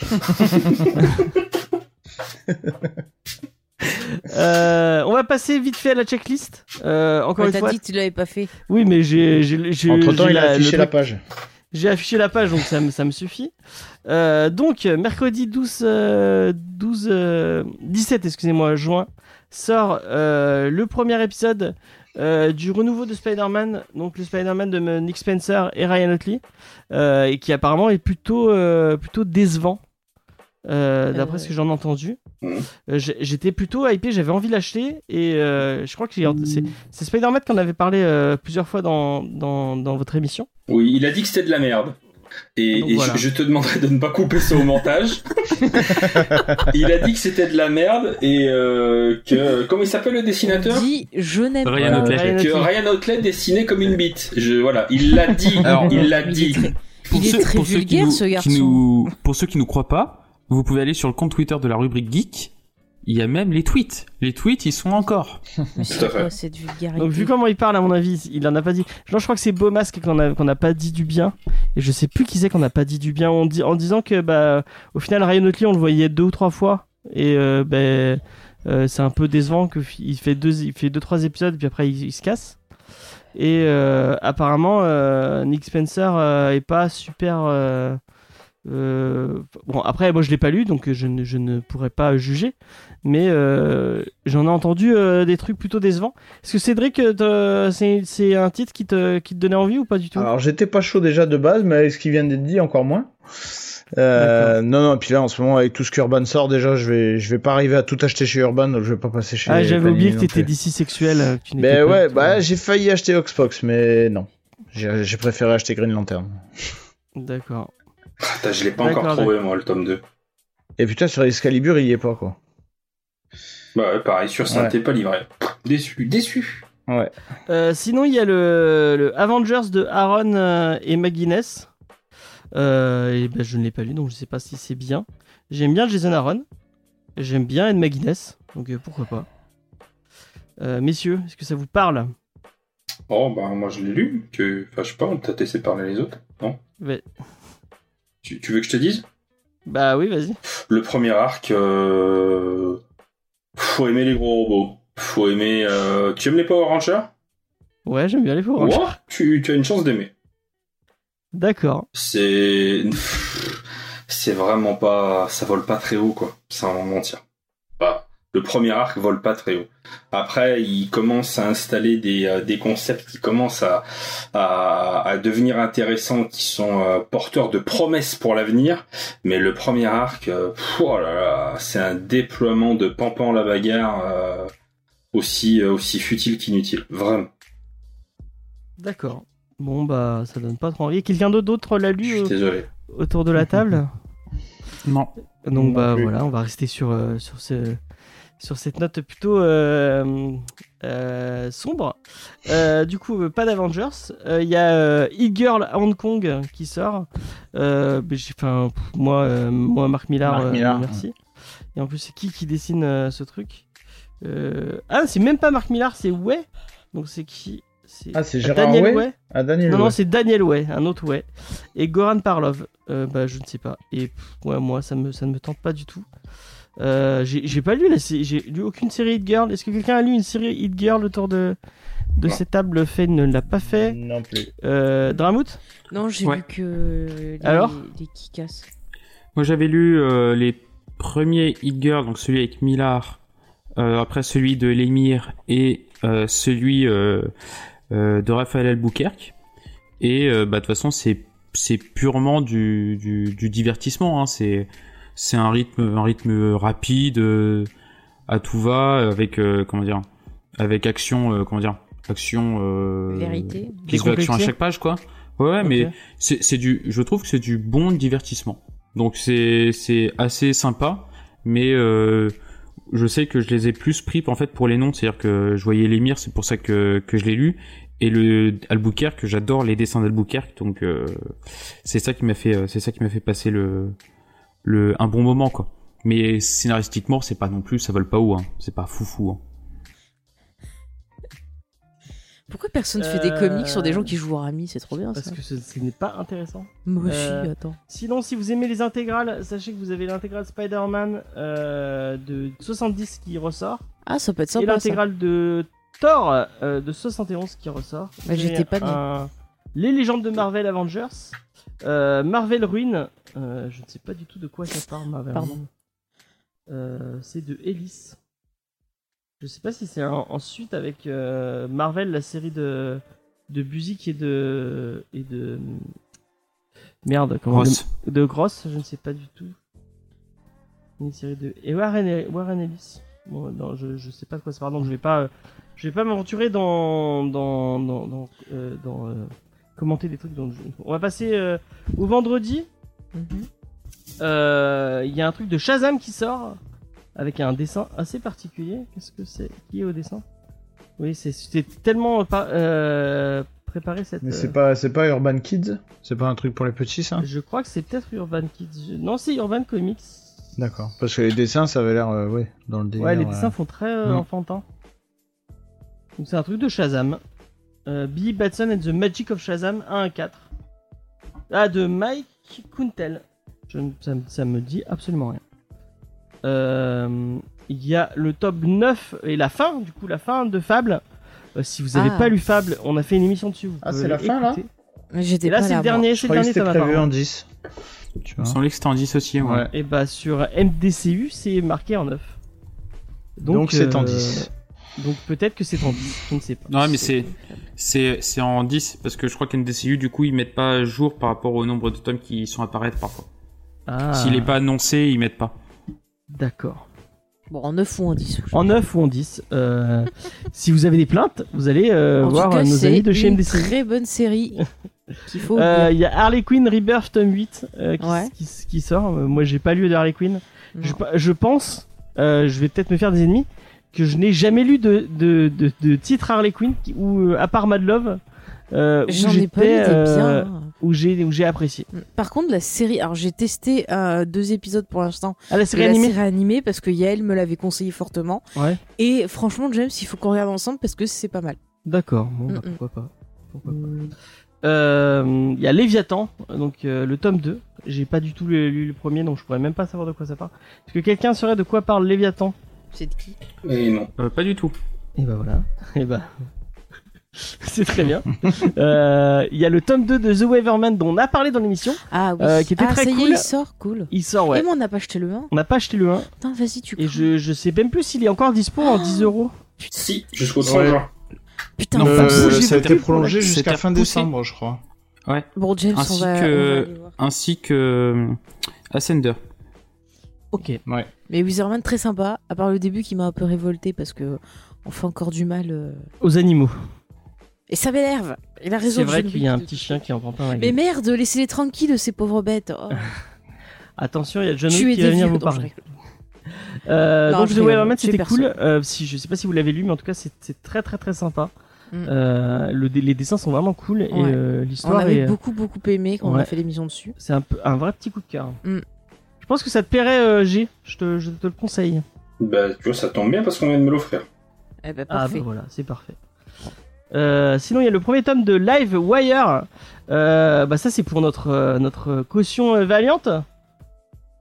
On va passer vite fait à la checklist. Encore une fois. T'as dit que tu l'avais pas fait. Oui, mais entre-temps, il a affiché la page. J'ai affiché la page, donc ça me suffit. Donc, mercredi 17 juin, sort le premier épisode du renouveau de Spider-Man, donc le Spider-Man de Nick Spencer et Ryan Otley, et qui apparemment est plutôt décevant. D'après ce que j'en ai entendu, j'étais plutôt hypé, j'avais envie de l'acheter et je crois que c'est Spider-Man qu'on avait parlé plusieurs fois dans votre émission. Oui, il a dit que c'était de la merde. Et voilà. je te demanderai de ne pas couper ça au montage. Il a dit que c'était de la merde et que comment il s'appelle le dessinateur ? Je n'aime pas. Ryan Otley dessinait comme une bite. Voilà, il l'a dit. Alors, il l'a dit. Il est très vulgaire ce garçon. Pour ceux qui nous croient pas, vous pouvez aller sur le compte Twitter de la rubrique Geek. Il y a même les tweets. Les tweets, ils sont encore. Mais c'est quoi cette vulgarité ? Donc, vu comment il parle, à mon avis, il en a pas dit. Non, je crois que c'est Beaumasque qu'on a pas dit du bien. Et je sais plus qui c'est qu'on a pas dit du bien. En disant que, au final, Ryan Otley, on le voyait 2 ou 3 fois. Et, c'est un peu décevant qu'il fait 2-3 épisodes, puis après, il se casse. Et, apparemment, Nick Spencer est pas super. Bon, après moi je l'ai pas lu donc je ne pourrais pas juger, mais j'en ai entendu des trucs plutôt décevants. Est-ce que Cédric, c'est un titre qui te donnait envie ou pas du tout ? Alors j'étais pas chaud déjà de base, mais avec ce qui vient d'être dit encore moins. Non, puis là en ce moment avec tout ce qu'Urban sort déjà, je vais pas arriver à tout acheter chez Urban, donc je vais pas passer chez. J'avais oublié que t'étais d'ici sexuel. J'ai failli acheter Xbox, mais non, j'ai préféré acheter Green Lantern. D'accord. Je l'ai pas encore trouvé, moi, le tome 2. Et putain, sur Excalibur, il y est pas, quoi. Bah ouais, pareil, sur Synthé, pas livré. Déçu. Ouais. Sinon, il y a le Avengers de Aaron et McGuinness. Je ne l'ai pas lu, donc je sais pas si c'est bien. J'aime bien Jason Aaron. J'aime bien Ed McGuinness, donc pourquoi pas. Messieurs, est-ce que ça vous parle ? Oh, moi je l'ai lu. Je sais pas, on peut laisser parler les autres, non ? Ouais. Tu veux que je te dise ? Bah oui, vas-y. Le premier arc, faut aimer les gros robots. Faut aimer... Tu aimes les Power Rangers ? Ouais, j'aime bien les Power Rangers. Ouais, tu as une chance d'aimer. D'accord. C'est vraiment pas... Ça vole pas très haut, quoi. Sans mentir. Le premier arc vole pas très haut. Après, il commence à installer des concepts qui commencent à devenir intéressants, qui sont porteurs de promesses pour l'avenir. Mais le premier arc, oh là là, c'est un déploiement de pampan la bagarre aussi futile qu'inutile. Vraiment. D'accord. Bon, ça donne pas trop envie. Quelqu'un d'autre l'a lu désolé. Autour de la table ? Non. Donc, voilà, on va rester sur cette note plutôt sombre. Du coup, pas d'Avengers. Il y a E-Girl à Hong Kong qui sort. Moi, Marc Millar. Merci. Et en plus, c'est qui dessine ce truc ? C'est même pas Marc Millar, c'est Way. Donc c'est qui ? C'est Gérard Way. Non, c'est Daniel Way, un autre Way. Et Goran Parlov. Je ne sais pas. Et moi, ça ne me tente pas du tout. J'ai pas lu j'ai lu aucune série Hit Girl. Est-ce que quelqu'un a lu une série Hit Girl autour de de cette table. Faye ne l'a pas fait. Non plus. Dramout? Non, j'ai vu que les Kikas. Moi, j'avais lu les premiers Hit Girl, donc celui avec Millard, après celui de Lemire et celui de Raphaël Albuquerque. Et de toute façon, c'est purement du divertissement. Hein. C'est un rythme rapide, à tout va, avec avec action, Vérité. Qui se veut action à chaque page, quoi. Ouais, okay. Mais je trouve que c'est du bon divertissement. Donc c'est assez sympa, mais je sais que je les ai plus pris en fait pour les noms, c'est-à-dire que je voyais Lemire, c'est pour ça que je l'ai lu, et le Albuquerque, que j'adore les dessins d'Albuquerque, donc c'est ça qui m'a fait passer un bon moment, quoi. Mais scénaristiquement, c'est pas non plus, ça vole pas haut, hein. C'est pas foufou, hein. Pourquoi personne fait des comics sur des gens qui jouent à Rami? C'est trop bien, parce ça. que ce n'est pas intéressant. Moi aussi, attends. Sinon, si vous aimez les intégrales, sachez que vous avez l'intégrale Spider-Man de 70 qui ressort. Ah, ça peut être sympa. Et l'intégrale de Thor de 71 qui ressort. Bah, j'étais pas bien. Les légendes de Marvel Avengers. Marvel Ruin. Je ne sais pas du tout de quoi ça parle, Marvel Ruin. C'est de Ellis. Je sais pas si c'est en suite avec Marvel, la série de Busiek et de merde, comment Gross. De Gross, je ne sais pas du tout. Une série de Warren Ellis. Bon, non, je sais pas de quoi ça parle, donc je vais pas m'aventurer dans commenter des trucs. Donc on va passer au vendredi. Il y a un truc de Shazam qui sort. Avec un dessin assez particulier. Qu'est-ce que c'est? Qui est au dessin? Oui, c'est tellement préparé cette... Mais c'est pas Urban Kids? C'est pas un truc pour les petits, ça? Je crois que c'est peut-être Urban Kids. Non, c'est Urban Comics. D'accord. Parce que les dessins, ça avait l'air, dans le délire. Ouais, les dessins font très enfantin. Donc c'est un truc de Shazam. Billy Batson and the Magic of Shazam 1-4. Ah, de Mike Kuntel. Ça me dit absolument rien. Il y a le top 9 et la fin de Fable. Si vous n'avez pas lu Fable, on a fait une émission dessus. C'est la fin là? J'étais et là, c'est le dernier. Je croyais que c'était prévu en 10. Il me semblait que c'était en 10 aussi. Ouais. Et bah sur MDCU, c'est marqué en 9. Donc c'est en 10. Donc peut-être que c'est en 10, je ne sais pas. Non, mais c'est en 10 parce que je crois qu'MDCU, du coup, ils mettent pas à jour par rapport au nombre de tomes qui sont apparaître parfois. S'il est pas annoncé, ils mettent pas. D'accord. Bon, en 9 ou en 10. En 9 ou en 10. Si vous avez des plaintes, vous allez voir cas, nos amis de chez MDC. C'est une très bonne série qu'il faut. Il y a Harley Quinn Rebirth tome 8 qui sort. Moi, j'ai pas lu de Harley Quinn. Je pense, je vais peut-être me faire des ennemis, que je n'ai jamais lu de titre Harley Quinn où, à part Mad Love. J'en ai pas lu des biens. Où j'ai apprécié. Par contre, la série, alors j'ai testé 2 épisodes pour l'instant. Ah, la série animée. La série animée parce que Yael me l'avait conseillé fortement. Ouais. Et franchement, James, il faut qu'on regarde ensemble parce que c'est pas mal. D'accord. Bon, pourquoi pas. Il y a Léviathan, donc le tome 2. J'ai pas du tout lu le premier, donc je pourrais même pas savoir de quoi ça parle. Est-ce que quelqu'un saurait de quoi parle Léviathan? C'est de qui? Et non. Pas du tout. Et bah voilà. Et bah. C'est très bien. Il y a le tome 2 de The Waverman dont on a parlé dans l'émission. Ah oui. Qui était très cool. Il sort, cool. Il sort, ouais. Et moi, on n'a pas acheté le 1. On n'a pas acheté le 1. Putain, vas-y, tu Et je sais même plus s'il est encore dispo en 10€. Si, jusqu'au 30 juin. Putain, ça a été prolongé jusqu'à fin décembre, je crois. Ouais. Bon, James, on va aller voir. Ainsi que Ascender. Ok. Ouais. Mais Wizardman, très sympa, à part le début qui m'a un peu révolté parce que on fait encore du mal aux animaux. Et ça m'énerve. Il a raison. C'est vrai qu'il y a un petit chien qui en prend plein la gueule. Mais merde, laissez-les tranquilles, ces pauvres bêtes. Oh. Attention, il y a John Wick qui va venir vous parler. Donc The Waverman, c'était cool. Je sais pas si vous l'avez lu, mais en tout cas, c'est très très très sympa. Les dessins sont vraiment cool et l'histoire. On avait beaucoup aimé quand on a fait l'émission dessus. C'est un vrai petit coup de cœur. Je pense que ça te plairait, G. Je te le conseille. Bah, tu vois, ça tombe bien parce qu'on vient de me l'offrir. Eh bah, parfait. Ah bah voilà, c'est parfait. Sinon, il y a le premier tome de Live Wire. Ça, c'est pour notre caution Valiant.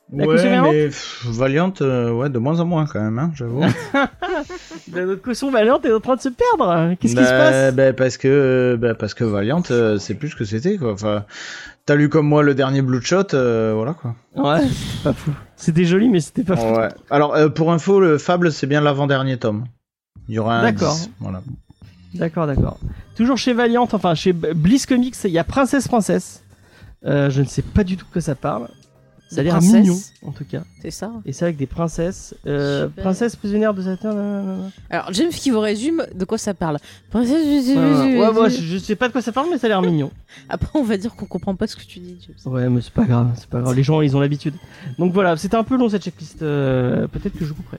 Ouais, mais Valiant, de moins en moins quand même, hein, j'avoue. Notre caution Valiant est en train de se perdre. Qu'est-ce qui se passe? Parce que Valiant, c'est plus ce que c'était, quoi. Enfin, t'as lu comme moi le dernier Bloodshot, voilà, quoi. Ouais, c'est pas fou. C'était joli, mais c'était pas fou. Ouais. Alors, pour info, le Fable, c'est bien l'avant-dernier tome. Il y aura un 10, voilà. D'accord. Toujours chez Valiant, enfin chez Bliss Comics, il y a Princesse. Je ne sais pas du tout de quoi ça parle. Ça a l'air mignon, en tout cas. C'est ça. Et c'est avec des princesses. Princesse prisonnière de Saturne. Alors, James qui vous résume de quoi ça parle. Princesse. Ouais, je sais pas de quoi ça parle, mais ça a l'air mignon. Après, on va dire qu'on comprend pas ce que tu dis, James. Ouais, mais c'est pas grave. Les gens, ils ont l'habitude. Donc voilà, c'était un peu long cette checklist. Peut-être que je couperai.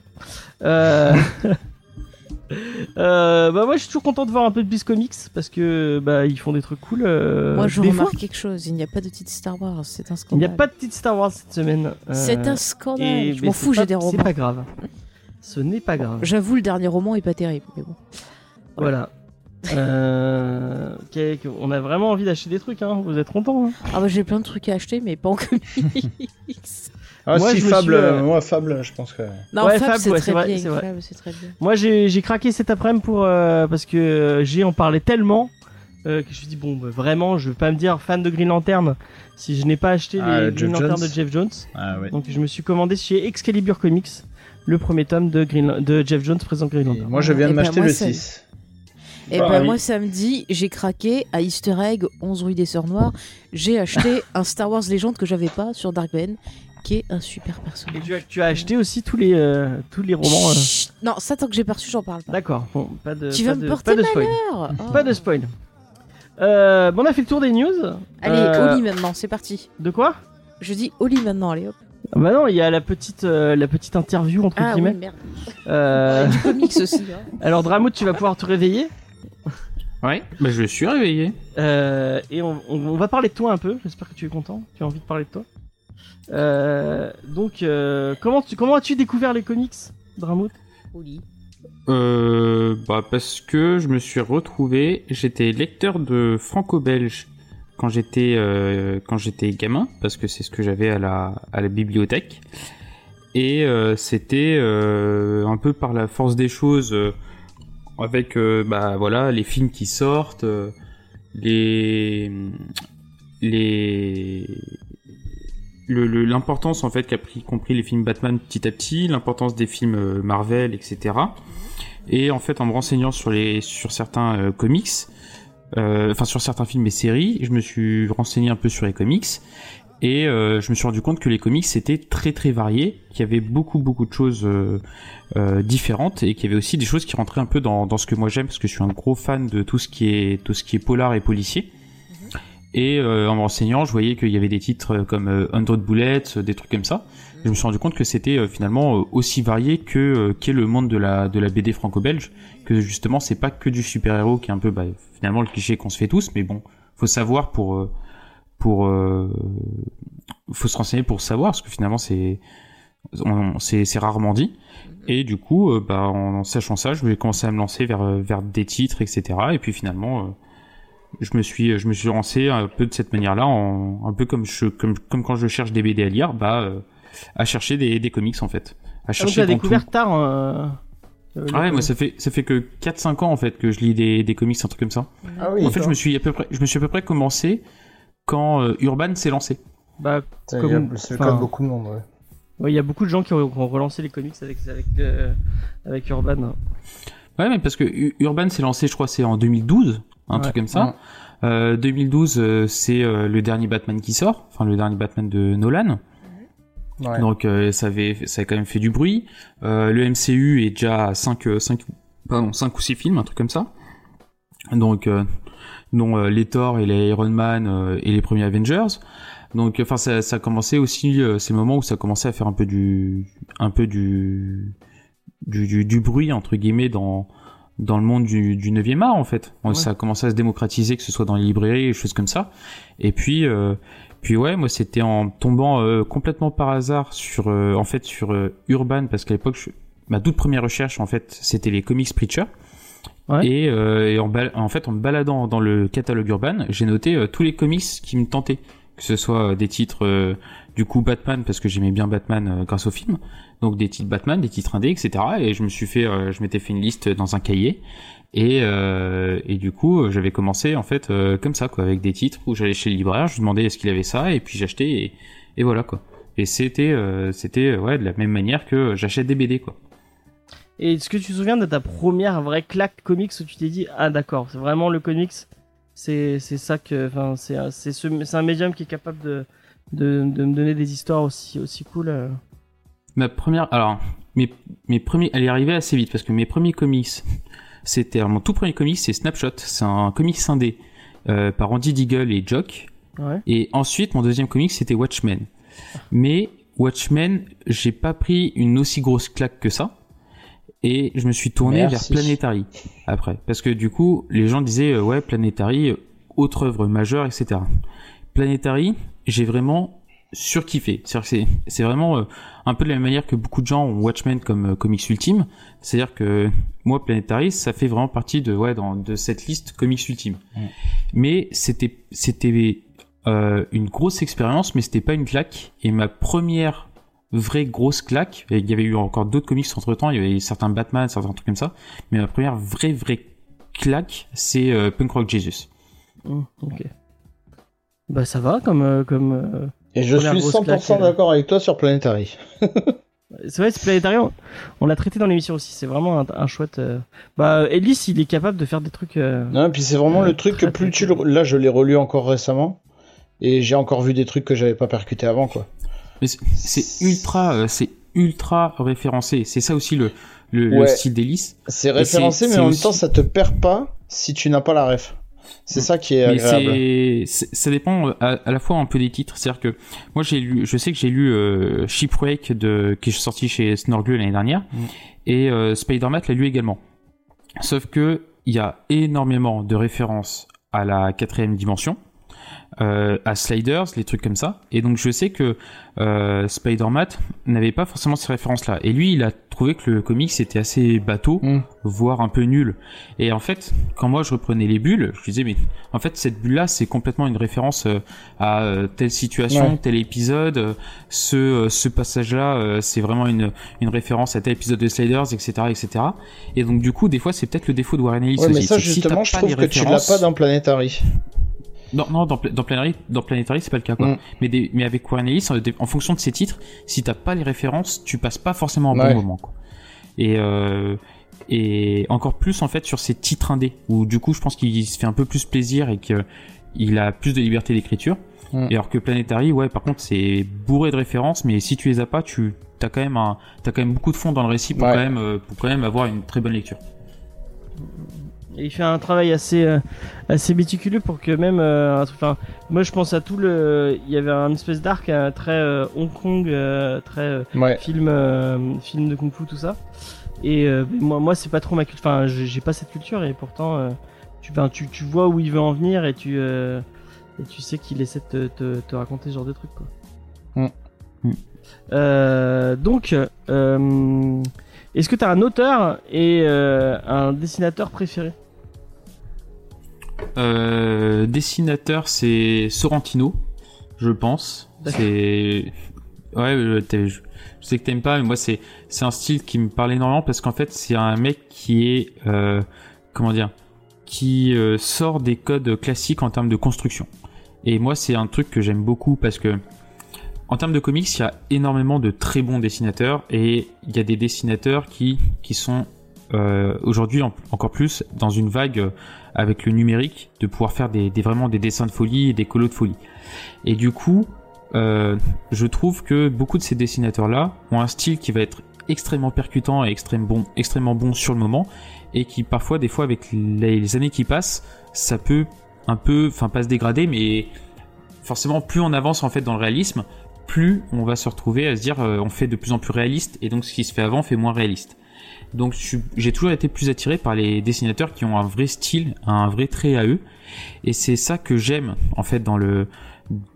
Moi je suis toujours content de voir un peu de Bliss Comics parce que ils font des trucs cool. Moi je remarque quelque chose, il n'y a pas de titre Star Wars, c'est un scandale. Il n'y a pas de titre Star Wars cette semaine. C'est un scandale. Je m'en fous, j'ai des romans. C'est pas grave. Ce n'est pas grave. J'avoue, le dernier roman est pas terrible, mais bon. Voilà. On a vraiment envie d'acheter des trucs, hein. Vous êtes contents, hein. Ah bah j'ai plein de trucs à acheter, mais pas en comics. Ah moi, si Fable, moi Fable, je pense que. Non, ouais, Fable, c'est très bien. Fable, c'est très bien. Moi, j'ai craqué cet après-midi parce que en parlait tellement que je me suis dit vraiment, je veux pas me dire fan de Green Lantern si je n'ai pas acheté les Green Lantern de Jeff Jones. Ah, oui. Donc je me suis commandé chez Excalibur Comics le premier tome de Jeff Jones présent Green Lantern. Moi, je viens de m'acheter le 6. Et moi samedi, j'ai craqué à Easter Egg 11 rue des Sœurs Noires. J'ai acheté un Star Wars Legend que j'avais pas sur Dark Ben, qui est un super personnage. Et tu as acheté aussi tous les romans. Non, ça tant que j'ai pas reçu, j'en parle pas. D'accord. Bon, tu vas me porter malheur. Pas de spoil. On a fait le tour des news. Allez, Oli maintenant, c'est parti. De quoi? Je dis Oli maintenant, allez hop. Bah non, il y a la petite interview entre guillemets. Oui, merde. Du comics aussi. Hein. Alors Dramout, tu vas pouvoir te réveiller. Ouais, je me suis réveillé. Et on va parler de toi un peu. J'espère que tu es content. Tu as envie de parler de toi. Donc, comment as-tu découvert les comics, Dramout? Oli. Parce que je me suis retrouvé. J'étais lecteur de franco-belge quand j'étais gamin, parce que c'est ce que j'avais à la bibliothèque. Et c'était un peu par la force des choses. Avec les films qui sortent, l'importance en fait qu'a compris les films Batman petit à petit, l'importance des films Marvel, etc. Et en fait en me renseignant sur certains comics, sur certains films et séries, je me suis renseigné un peu sur les comics. Et je me suis rendu compte que les comics c'était très très varié, qu'il y avait beaucoup de choses différentes et qu'il y avait aussi des choses qui rentraient un peu dans ce que moi j'aime, parce que je suis un gros fan de tout ce qui est polar et policier. Et en me renseignant, je voyais qu'il y avait des titres comme 100 Bullets, des trucs comme ça. Et je me suis rendu compte que c'était finalement aussi varié qu'est le monde de la BD franco-belge, que justement c'est pas que du super-héros qui est un peu finalement le cliché qu'on se fait tous, mais bon, faut savoir faut se renseigner pour savoir, parce que finalement c'est rarement dit. Et du coup en sachant ça, je vais commencer à me lancer vers des titres, etc. Et puis finalement je me suis lancé un peu de cette manière-là, un peu comme quand je cherche des BD à lire, à chercher des comics en fait, à chercher. Donc tu as découvert tard. Moi ça fait que 4-5 ans en fait que je lis des comics, un truc comme ça. Ah oui. En fait, je me suis à peu près commencé quand Urban s'est lancé. C'est le cas de beaucoup de monde, ouais. Ouais, il y a beaucoup de gens qui ont relancé les comics avec Urban. Ouais, mais parce que Urban s'est lancé, je crois, c'est en 2012, truc comme ça. 2012, c'est le dernier Batman qui sort, enfin le dernier Batman de Nolan. Ouais. Donc ça a quand même fait du bruit. Le MCU est déjà à 5 ou 6 films, un truc comme ça. Donc dont les Thor et les Iron Man et les premiers Avengers. Donc ça a commencé aussi ces moments où ça commençait à faire un peu du bruit entre guillemets dans le monde du 9e art en fait. Ouais. Ça a commencé à se démocratiser, que ce soit dans les librairies et des choses comme ça. Et puis ouais, moi c'était en tombant complètement par hasard sur Urban, parce qu'à l'époque ma toute première recherche en fait c'était les comics Preacher. Ouais. Et en fait en me baladant dans le catalogue Urban, j'ai noté tous les comics qui me tentaient, que ce soit des titres du coup Batman parce que j'aimais bien Batman grâce au film, donc des titres Batman, des titres indés, etc. Et je m'étais fait une liste dans un cahier et du coup j'avais commencé en fait comme ça quoi, avec des titres où j'allais chez le libraire, je lui demandais est-ce qu'il avait ça et puis j'achetais et voilà quoi. Et c'était de la même manière que j'achète des BD quoi. Et est-ce que tu te souviens de ta première vraie claque comics où tu t'es dit ah d'accord, c'est vraiment le comics, c'est ça que, enfin c'est un médium qui est capable de me donner des histoires aussi cool. Ma première, alors mes premiers, elle est arrivée assez vite parce que mes premiers comics, mon tout premier comics c'est Snapshot, c'est un comics indé par Andy Deagle et Jock. Ouais. Et ensuite mon deuxième comics c'était Watchmen. Mais Watchmen, j'ai pas pris une aussi grosse claque que ça. Et je me suis tourné vers Planetary après. Parce que du coup, les gens disaient, ouais, Planetary, autre œuvre majeure, etc. Planetary, j'ai vraiment surkiffé. C'est-à-dire que c'est vraiment un peu de la même manière que beaucoup de gens ont Watchmen comme comics ultime. C'est-à-dire que moi, Planetary, ça fait vraiment partie de cette liste comics ultime. Mais c'était une grosse expérience, mais c'était pas une claque. Et ma première vraie grosse claque, et il y avait eu encore d'autres comics entre temps, il y avait certains Batman, certains trucs comme ça, mais ma première vraie claque, c'est Punk Rock Jesus. Ok. Bah ça va comme et je suis 100% d'accord avec toi sur Planetary. C'est vrai, c'est Planetary, on l'a traité dans l'émission aussi, c'est vraiment un chouette... Ellis, il est capable de faire des trucs... Non, et puis c'est vraiment le truc que plus tu le... Là, je l'ai relu encore récemment, et j'ai encore vu des trucs que j'avais pas percuté avant, quoi. Mais c'est ultra référencé. C'est ça aussi le style d'Ellis. C'est référencé, mais en même temps, ça te perd pas si tu n'as pas la ref. C'est ça qui est agréable. Ça dépend à la fois un peu des titres. C'est-à-dire que moi, je sais que j'ai lu Shipwreck qui est sorti chez Snorgle l'année dernière, et Spider-Man l'a lu également. Sauf que il y a énormément de références à la 4e dimension. À Sliders, les trucs comme ça. Et donc je sais que Spider-Man n'avait pas forcément ces références-là. Et lui, il a trouvé que le comics était assez bateau, voire un peu nul. Et en fait, quand moi je reprenais les bulles, je disais mais en fait cette bulle-là, c'est complètement une référence à telle situation, tel épisode. Ce passage-là, c'est vraiment une référence à tel épisode de Sliders, etc., etc. Et donc du coup, des fois, c'est peut-être le défaut de Warren Ellis aussi. Mais ça, justement, je trouve que tu l'as pas dans Planetary. Non, dans Planetary, c'est pas le cas, quoi. Mais avec Warren Ellis, en fonction de ses titres, si t'as pas les références, tu passes pas forcément un bon moment, quoi. Et encore plus, en fait, sur ses titres indés, où du coup, je pense qu'il se fait un peu plus plaisir et qu'il a plus de liberté d'écriture. Et alors que Planetary, par contre, c'est bourré de références, mais si tu les as pas, t'as quand même beaucoup de fond dans le récit pour quand même avoir une très bonne lecture. Et il fait un travail assez méticuleux pour que même moi je pense à il y avait un espèce d'arc très Hong Kong, très film de kung fu, tout ça, et moi c'est pas trop ma culture, enfin j'ai pas cette culture, et pourtant tu vois où il veut en venir, et tu sais qu'il essaie de te raconter ce genre de trucs, quoi. Donc est-ce que t'as un auteur et un dessinateur préféré? Dessinateur, c'est Sorrentino, je pense. D'accord. C'est je sais que t'aimes pas, mais moi c'est un style qui me parle énormément parce qu'en fait c'est un mec qui est qui sort des codes classiques en termes de construction. Et moi c'est un truc que j'aime beaucoup parce que en termes de comics, il y a énormément de très bons dessinateurs, et il y a des dessinateurs qui sont aujourd'hui encore plus dans une vague avec le numérique, de pouvoir faire vraiment des dessins de folie et des colos de folie. Et du coup, je trouve que beaucoup de ces dessinateurs-là ont un style qui va être extrêmement percutant et extrêmement bon sur le moment, et qui parfois, des fois, avec les années qui passent, ça peut un peu, pas se dégrader, mais forcément, plus on avance en fait dans le réalisme, plus on va se retrouver à se dire on fait de plus en plus réaliste, et donc ce qui se fait avant fait moins réaliste. Donc j'ai toujours été plus attiré par les dessinateurs qui ont un vrai style, un vrai trait à eux, et c'est ça que j'aime en fait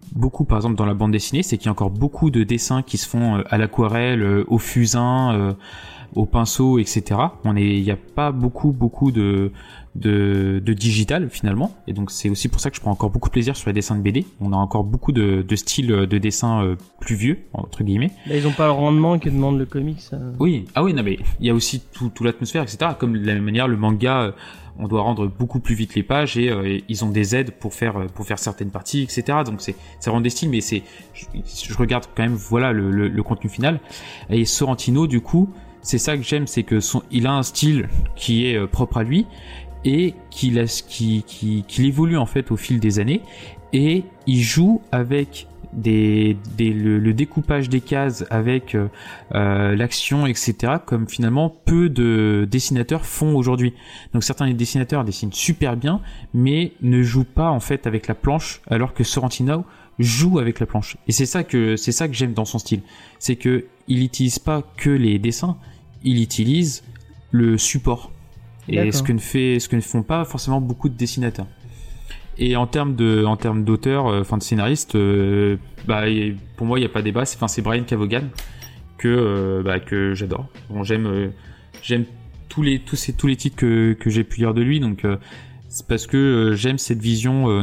beaucoup par exemple dans la bande dessinée, c'est qu'il y a encore beaucoup de dessins qui se font à l'aquarelle, au fusain, au pinceau, etc. Il n'y a pas beaucoup de digital finalement, et donc c'est aussi pour ça que je prends encore beaucoup de plaisir sur les dessins de BD. On a encore beaucoup de styles de dessin plus vieux entre guillemets. Là, ils ont pas le rendement que demande le comics. Oui, non mais il y a aussi tout l'atmosphère, etc. Comme de la même manière le manga, on doit rendre beaucoup plus vite les pages et ils ont des aides pour faire certaines parties, etc. Donc ça rend des styles, mais je regarde quand même le contenu final. Et Sorrentino du coup, c'est ça que j'aime, c'est que il a un style qui est propre à lui et qu'il évolue en fait au fil des années, et il joue avec le découpage des cases, avec l'action, etc., comme finalement peu de dessinateurs font aujourd'hui. Donc certains dessinateurs dessinent super bien mais ne jouent pas en fait avec la planche, alors que Sorrentino joue avec la planche. Et c'est ça que j'aime dans son style, c'est que il utilise pas que les dessins, il utilise le support. Et ce que ne font pas forcément beaucoup de dessinateurs. Et en termes d'auteur, de scénariste, pour moi il n'y a pas débat. C'est Brian Kevogan que j'adore. Bon, j'aime tous les titres que j'ai pu lire de lui. Donc c'est parce que j'aime cette vision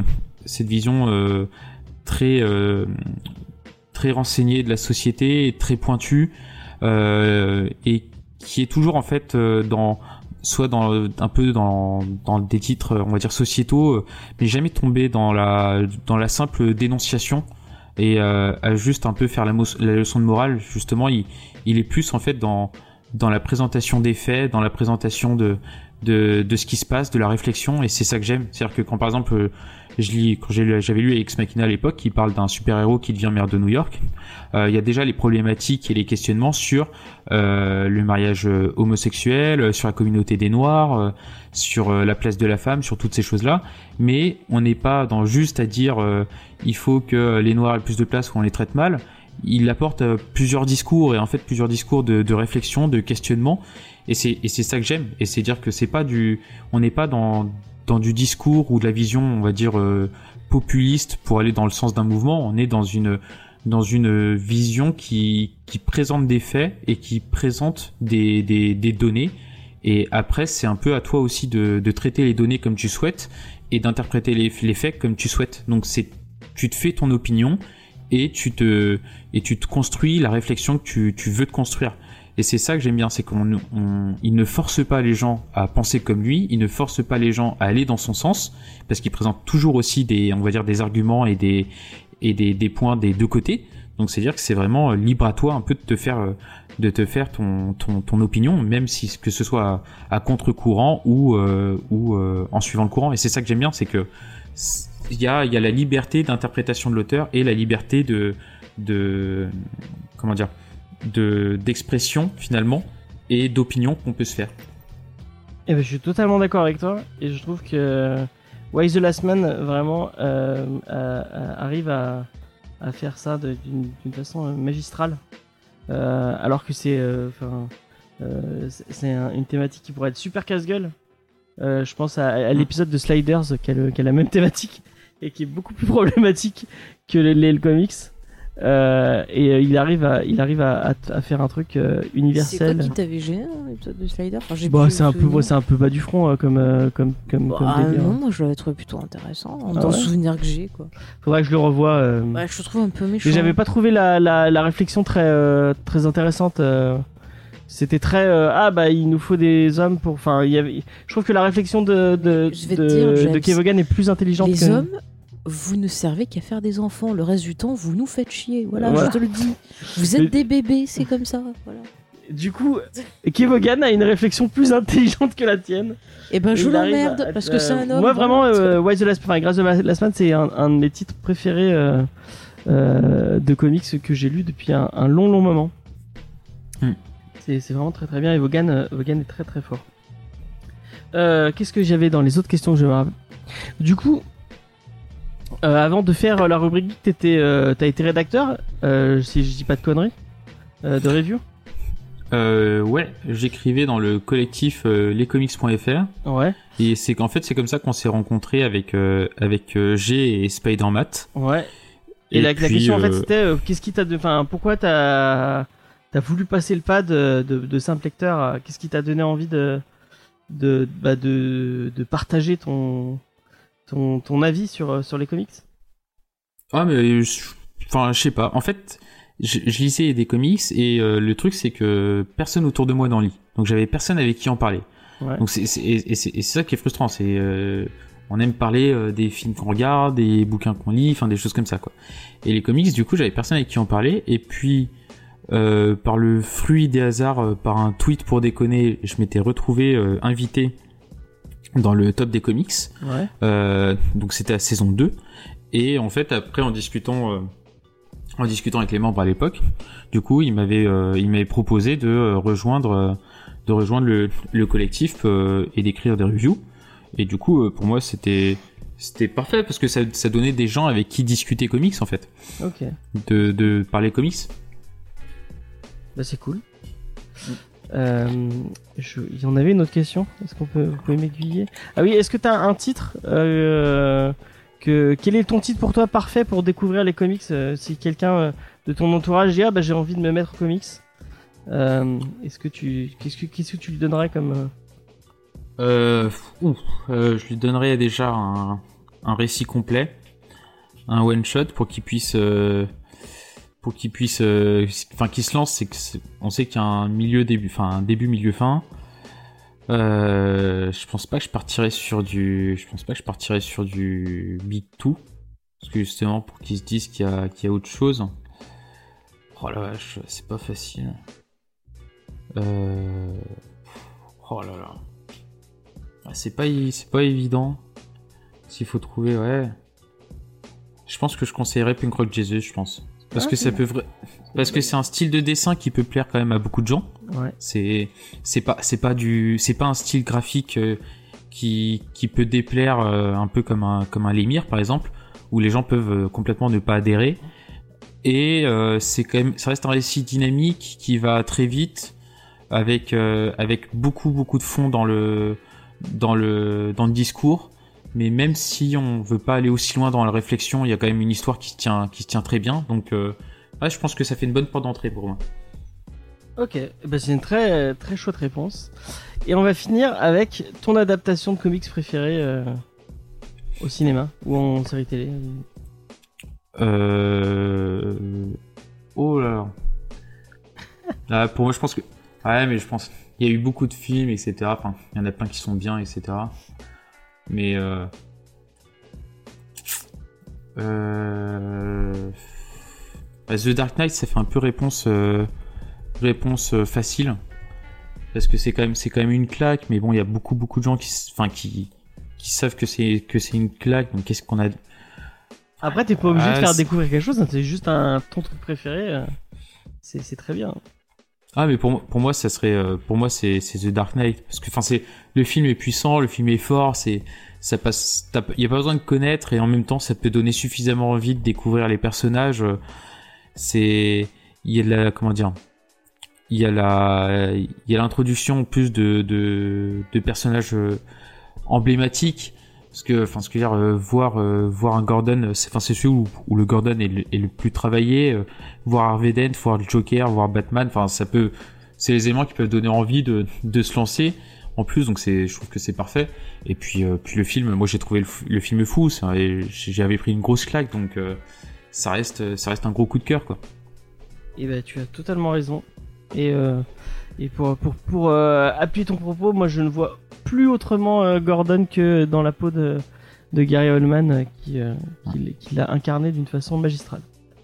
très renseignée de la société, très pointue, et qui est toujours en fait un peu dans des titres, on va dire sociétaux, mais jamais tomber dans la simple dénonciation et à juste un peu faire la leçon de morale. Justement, il est plus en fait dans la présentation des faits, dans la présentation de ce qui se passe, de la réflexion, et c'est ça que j'aime. C'est-à-dire que quand par exemple j'avais lu Ex Machina à l'époque, qui parle d'un super-héros qui devient maire de New York, il y a déjà les problématiques et les questionnements sur le mariage homosexuel, sur la communauté des Noirs, sur la place de la femme, sur toutes ces choses-là, mais on n'est pas dans juste à dire il faut que les Noirs aient plus de place ou on les traite mal. Il apporte plusieurs discours, et en fait plusieurs discours de réflexion, de questionnement, et c'est ça que j'aime. Et c'est dire que on n'est pas dans du discours ou de la vision, on va dire populiste pour aller dans le sens d'un mouvement. On est dans une vision qui présente des faits et qui présente des données. Et après, c'est un peu à toi aussi de traiter les données comme tu souhaites et d'interpréter les faits comme tu souhaites. Donc tu te fais ton opinion et tu te construis la réflexion que tu veux te construire. Et c'est ça que j'aime bien, c'est il ne force pas les gens à penser comme lui, il ne force pas les gens à aller dans son sens, parce qu'il présente toujours aussi des arguments et des points des deux côtés. Donc c'est dire que c'est vraiment libre à toi un peu de te faire ton opinion, même si que ce soit à contre-courant ou en suivant le courant. Et c'est ça que j'aime bien, c'est que il y a la liberté d'interprétation de l'auteur et la liberté d'expression finalement et d'opinion qu'on peut se faire. Et je suis totalement d'accord avec toi, et je trouve que Why the Last Man vraiment arrive à faire ça d'une façon magistrale, alors que c'est une thématique qui pourrait être super casse-gueule. Je pense à l'épisode de Sliders qui a la même thématique et qui est beaucoup plus problématique que le comics. Et il arrive à faire un truc universel. C'est quoi qui t'avait gêné dans l'épisode de Sliders? C'est un peu bas du front comme délire. Non, moi je l'avais trouvé plutôt intéressant dans le souvenir que j'ai, quoi. Faudrait que je le revoie. Je le trouve un peu méchant. Mais j'avais pas trouvé la réflexion très intéressante. C'était très il nous faut des hommes pour. Enfin, je trouve que la réflexion de Kevogan est plus intelligente. Les hommes, vous ne servez qu'à faire des enfants. Le reste du temps, vous nous faites chier. Voilà. Je te le dis. Vous êtes des bébés, c'est comme ça. Voilà. Du coup, Kevogan a une réflexion plus intelligente que la tienne. Et je l'emmerde parce que c'est un homme. Moi, vraiment, Why the Last Man, c'est un de mes titres préférés de comics que j'ai lu depuis un long moment. C'est vraiment très très bien, et Vaughan est très très fort. Qu'est-ce que j'avais dans les autres questions que je me rappelle ? Du coup, avant de faire la rubrique, t'as été rédacteur, si je dis pas de conneries, de review. Ouais, j'écrivais dans le collectif lescomics.fr. Ouais. Et c'est comme ça qu'on s'est rencontrés avec G et Spider-Mat. Ouais. Et la question en fait c'était qu'est-ce qui t'a pourquoi t'as voulu passer le pas de simple lecteur, qu'est-ce qui t'a donné envie de partager ton avis sur les comics? Ah mais je sais pas. En fait, je lisais des comics et le truc c'est que personne autour de moi n'en lit. Donc j'avais personne avec qui en parler. Ouais. Donc c'est ça qui est frustrant, c'est on aime parler des films qu'on regarde, des bouquins qu'on lit, enfin des choses comme ça quoi. Et les comics, du coup, j'avais personne avec qui en parler. Et puis par le fruit des hasards, par un tweet pour déconner, je m'étais retrouvé invité dans le top des comics. Ouais. Donc c'était à saison 2. Et en fait, après, en discutant avec les membres à l'époque, du coup, il m'avait proposé de rejoindre le collectif et d'écrire des reviews. Et du coup, pour moi, c'était parfait parce que ça donnait des gens avec qui discuter comics en fait. Ok. De parler comics. Bah c'est cool. Il y en avait une autre question. Est-ce vous pouvez m'aiguiller? Ah oui, est-ce que t'as un titre quel est ton titre pour toi parfait pour découvrir les comics si quelqu'un de ton entourage dit j'ai envie de me mettre aux comics, qu'est-ce que tu lui donnerais comme je lui donnerais déjà un récit complet, un one shot pour qu'il puisse qu'il se lance. On sait qu'il y a un début milieu fin. Je pense pas que je partirais sur du Big Two parce que justement pour qu'ils se disent qu'il y a autre chose. Oh la vache, c'est pas facile. Oh là là. C'est pas évident. S'il faut trouver, ouais. Je pense que je conseillerais Punk Rock Jesus, je pense. Parce que ça peut parce que c'est un style de dessin qui peut plaire quand même à beaucoup de gens. Ouais. C'est pas un style graphique qui peut déplaire un peu comme un Lemire par exemple, où les gens peuvent complètement ne pas adhérer. Et ça reste un récit dynamique qui va très vite avec beaucoup de fond dans le discours. Mais même si on veut pas aller aussi loin dans la réflexion, il y a quand même une histoire qui se tient très bien. Donc, je pense que ça fait une bonne porte d'entrée pour moi. Ok, c'est une très très chouette réponse. Et on va finir avec ton adaptation de comics préférée au cinéma ou en série télé. Oh là là. Là, pour moi, je pense que mais je pense il y a eu beaucoup de films, etc. Enfin, il y en a plein qui sont bien, etc. Mais The Dark Knight, ça fait un peu réponse facile parce que c'est quand même une claque, mais bon, il y a beaucoup de gens qui savent que c'est une claque. Donc qu'est-ce qu'on a? Après, t'es pas obligé de faire découvrir quelque chose, hein, c'est juste ton truc préféré, c'est très bien. Ah, mais pour moi ça serait c'est The Dark Knight parce que le film est puissant, le film est fort, ça passe, il y a pas besoin de connaître et en même temps ça peut donner suffisamment envie de découvrir les personnages. Il y a l'introduction plus de personnages emblématiques parce que ce que je veux dire, voir un Gordon, c'est celui où le Gordon est le plus travaillé, voir Harvey Dent, voir le Joker, voir Batman, c'est les éléments qui peuvent donner envie de se lancer en plus, donc je trouve que c'est parfait. Et puis le film, moi j'ai trouvé le film fou, j'avais pris une grosse claque, donc ça reste un gros coup de cœur quoi. Et tu as totalement raison. Et pour appuyer ton propos, moi je ne vois plus autrement Gordon que dans la peau de Gary Oldman qui l'a incarné d'une façon magistrale.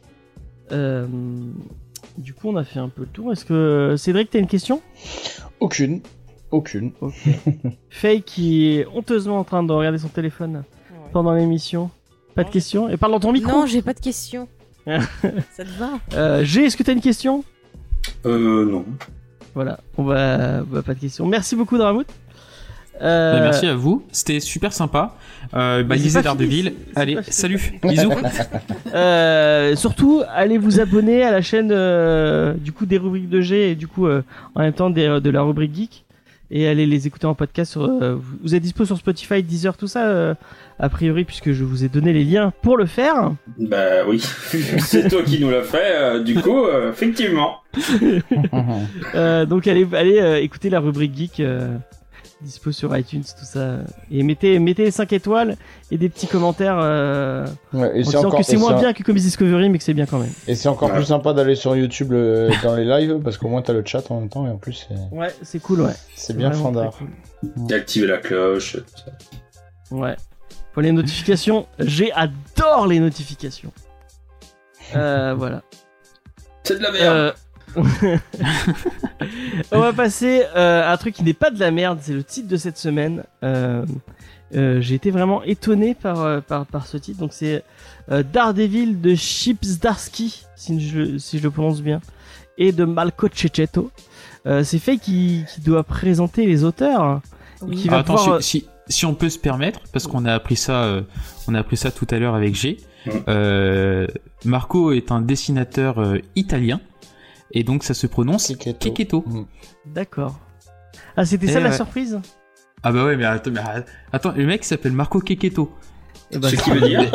Du coup on a fait un peu le tour. Est-ce que Cédric, t'as une question? Aucune. Okay. Faye qui est honteusement en train de regarder son téléphone pendant l'émission. Pas de question? Et parle dans ton micro. Non, j'ai pas de question. Ça te va? G, est-ce que t'as une question? Non. Voilà, pas de question. Merci beaucoup Dramout. Merci à vous, c'était super sympa. Lisez Daredevil. Allez, salut, bisous. Surtout, allez vous abonner à la chaîne du coup des rubriques de G et du coup en même temps de la rubrique geek. et allez les écouter en podcast. Vous êtes dispo sur Spotify, Deezer, tout ça, a priori, puisque je vous ai donné les liens pour le faire. Bah oui, c'est toi qui nous l'as fait, du coup, effectivement. Donc allez écouter la rubrique geek. Dispo sur iTunes, tout ça. Et mettez 5 étoiles et des petits commentaires ouais, et en disant que c'est moins bien que Comics Discovery, mais que c'est bien quand même. Et c'est encore plus sympa d'aller sur YouTube dans les lives, parce qu'au moins t'as le chat en même temps, et en plus ouais, c'est cool, ouais. C'est bien fandard. Cool. Et activer la cloche, tout ça. Ouais. Pour les notifications, j'adore les notifications. Voilà. C'est de la merde. On va passer à un truc qui n'est pas de la merde, c'est le titre de cette semaine. J'ai été vraiment étonné par ce titre. Donc c'est Daredevil de Chip Zdarsky, si je le prononce bien, et de Malco Cecchetto. C'est Faye qui doit présenter les auteurs. Oui. Qui va attends, si on peut se permettre, parce qu'on a appris ça tout à l'heure avec G. Marco est un dessinateur italien. Et donc ça se prononce Cecchetto. D'accord. Ah, c'était ça la surprise? Ah bah ouais, mais attends, le mec s'appelle Marco Cecchetto. Ce qui veut dire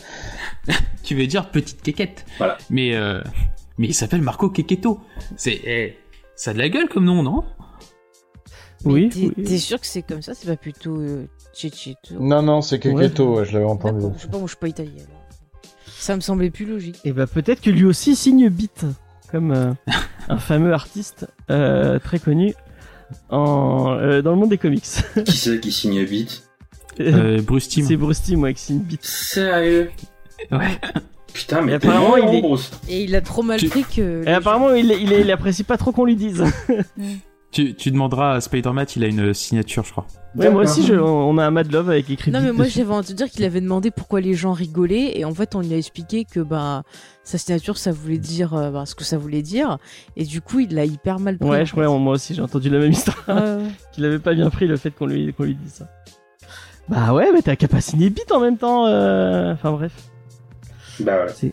Tu veux dire petite quéquette. Voilà. Mais il s'appelle Marco Cecchetto. Ça a de la gueule comme nom, non? Oui. T'es sûr que c'est comme ça? C'est pas plutôt Cecchetto? Non, c'est Cecchetto, je l'avais entendu. D'accord, je sais pas, moi je suis pas italien. Ça me semblait plus logique. Et bah peut-être que lui aussi signe Beat, comme un fameux artiste très connu dans le monde des comics. Qui c'est qui signe Beat? Bruce Timm. C'est Bruce Timm, qui signe Beat. Sérieux? Ouais. Putain, mais apparemment il est... Bruce. Et il a trop mal pris que... Et apparemment il apprécie pas trop qu'on lui dise. Tu demanderas à Spider-Man, il a une signature, je crois. Ouais, moi aussi, on a un Mad Love avec écrit. Non, mais moi dessus. j'avais entendu dire qu'il avait demandé pourquoi les gens rigolaient, et en fait on lui a expliqué que sa signature ça voulait dire ce que ça voulait dire, et du coup il l'a hyper mal pris. Ouais, moi aussi j'ai entendu la même histoire. Qu'il avait pas bien pris le fait qu'on lui dise ça. Bah ouais, mais t'as qu'à pas signer Beat en même temps. Enfin bref. Bah ouais.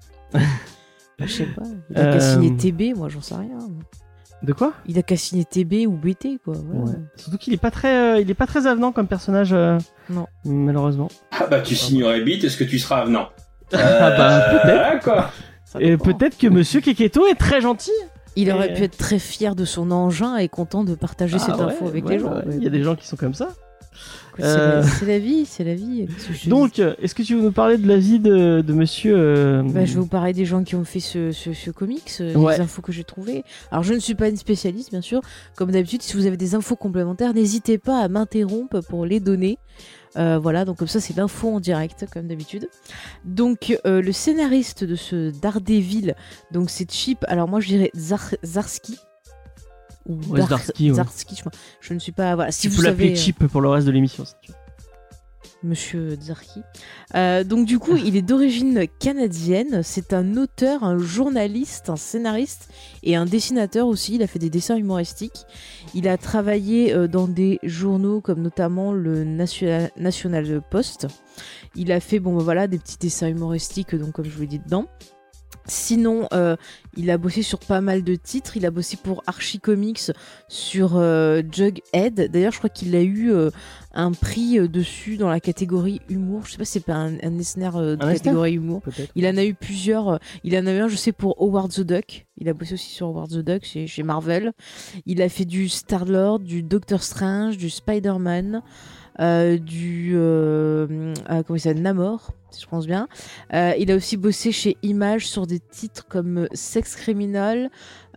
Je sais pas. Il a qu'à signer TB, moi j'en sais rien. De quoi? Il a qu'à signer TB ou BT, quoi. Voilà. Ouais. Surtout qu'il est pas très avenant comme personnage. Non. Malheureusement. Ah bah tu signerais Beat, est-ce que tu seras avenant? Ah bah peut-être. Quoi. Et peut-être que Monsieur Cecchetto est très gentil. Il aurait pu être très fier de son engin et content de partager cette info avec les gens. Il y a des gens qui sont comme ça. C'est la vie. Donc, est-ce que tu veux nous parler de la vie de monsieur Je vais vous parler des gens qui ont fait ce comics, les infos que j'ai trouvées. Alors, je ne suis pas une spécialiste, bien sûr. Comme d'habitude, si vous avez des infos complémentaires, n'hésitez pas à m'interrompre pour les donner. Voilà, donc comme ça, c'est l'info en direct, comme d'habitude. Donc, le scénariste de ce Daredevil, donc c'est Chip. Alors, moi, je dirais Zdarsky. Ou Zdarsky, je ne suis pas... Voilà, si tu vous peux l'appeler savez, Chip pour le reste de l'émission, si tu veux. Monsieur Zdarsky. Donc du coup, il est d'origine canadienne. C'est un auteur, un journaliste, un scénariste et un dessinateur aussi. Il a fait des dessins humoristiques. Il a travaillé dans des journaux comme notamment le National Post. Il a fait des petits dessins humoristiques, donc comme je vous l'ai dit dedans. Sinon, il a bossé sur pas mal de titres. Il a bossé pour Archie Comics sur Jughead. D'ailleurs, je crois qu'il a eu un prix dessus dans la catégorie humour. Je sais pas si c'est pas un Eisner de catégorie humour. Peut-être. Il en a eu plusieurs. Il en a eu un, je sais, pour Howard the Duck. Il a bossé aussi sur Howard the Duck chez Marvel. Il a fait du Star-Lord, du Doctor Strange, du Spider-Man. Comment il s'appelle, Namor, si je pense bien. Il a aussi bossé chez Image sur des titres comme Sex Criminal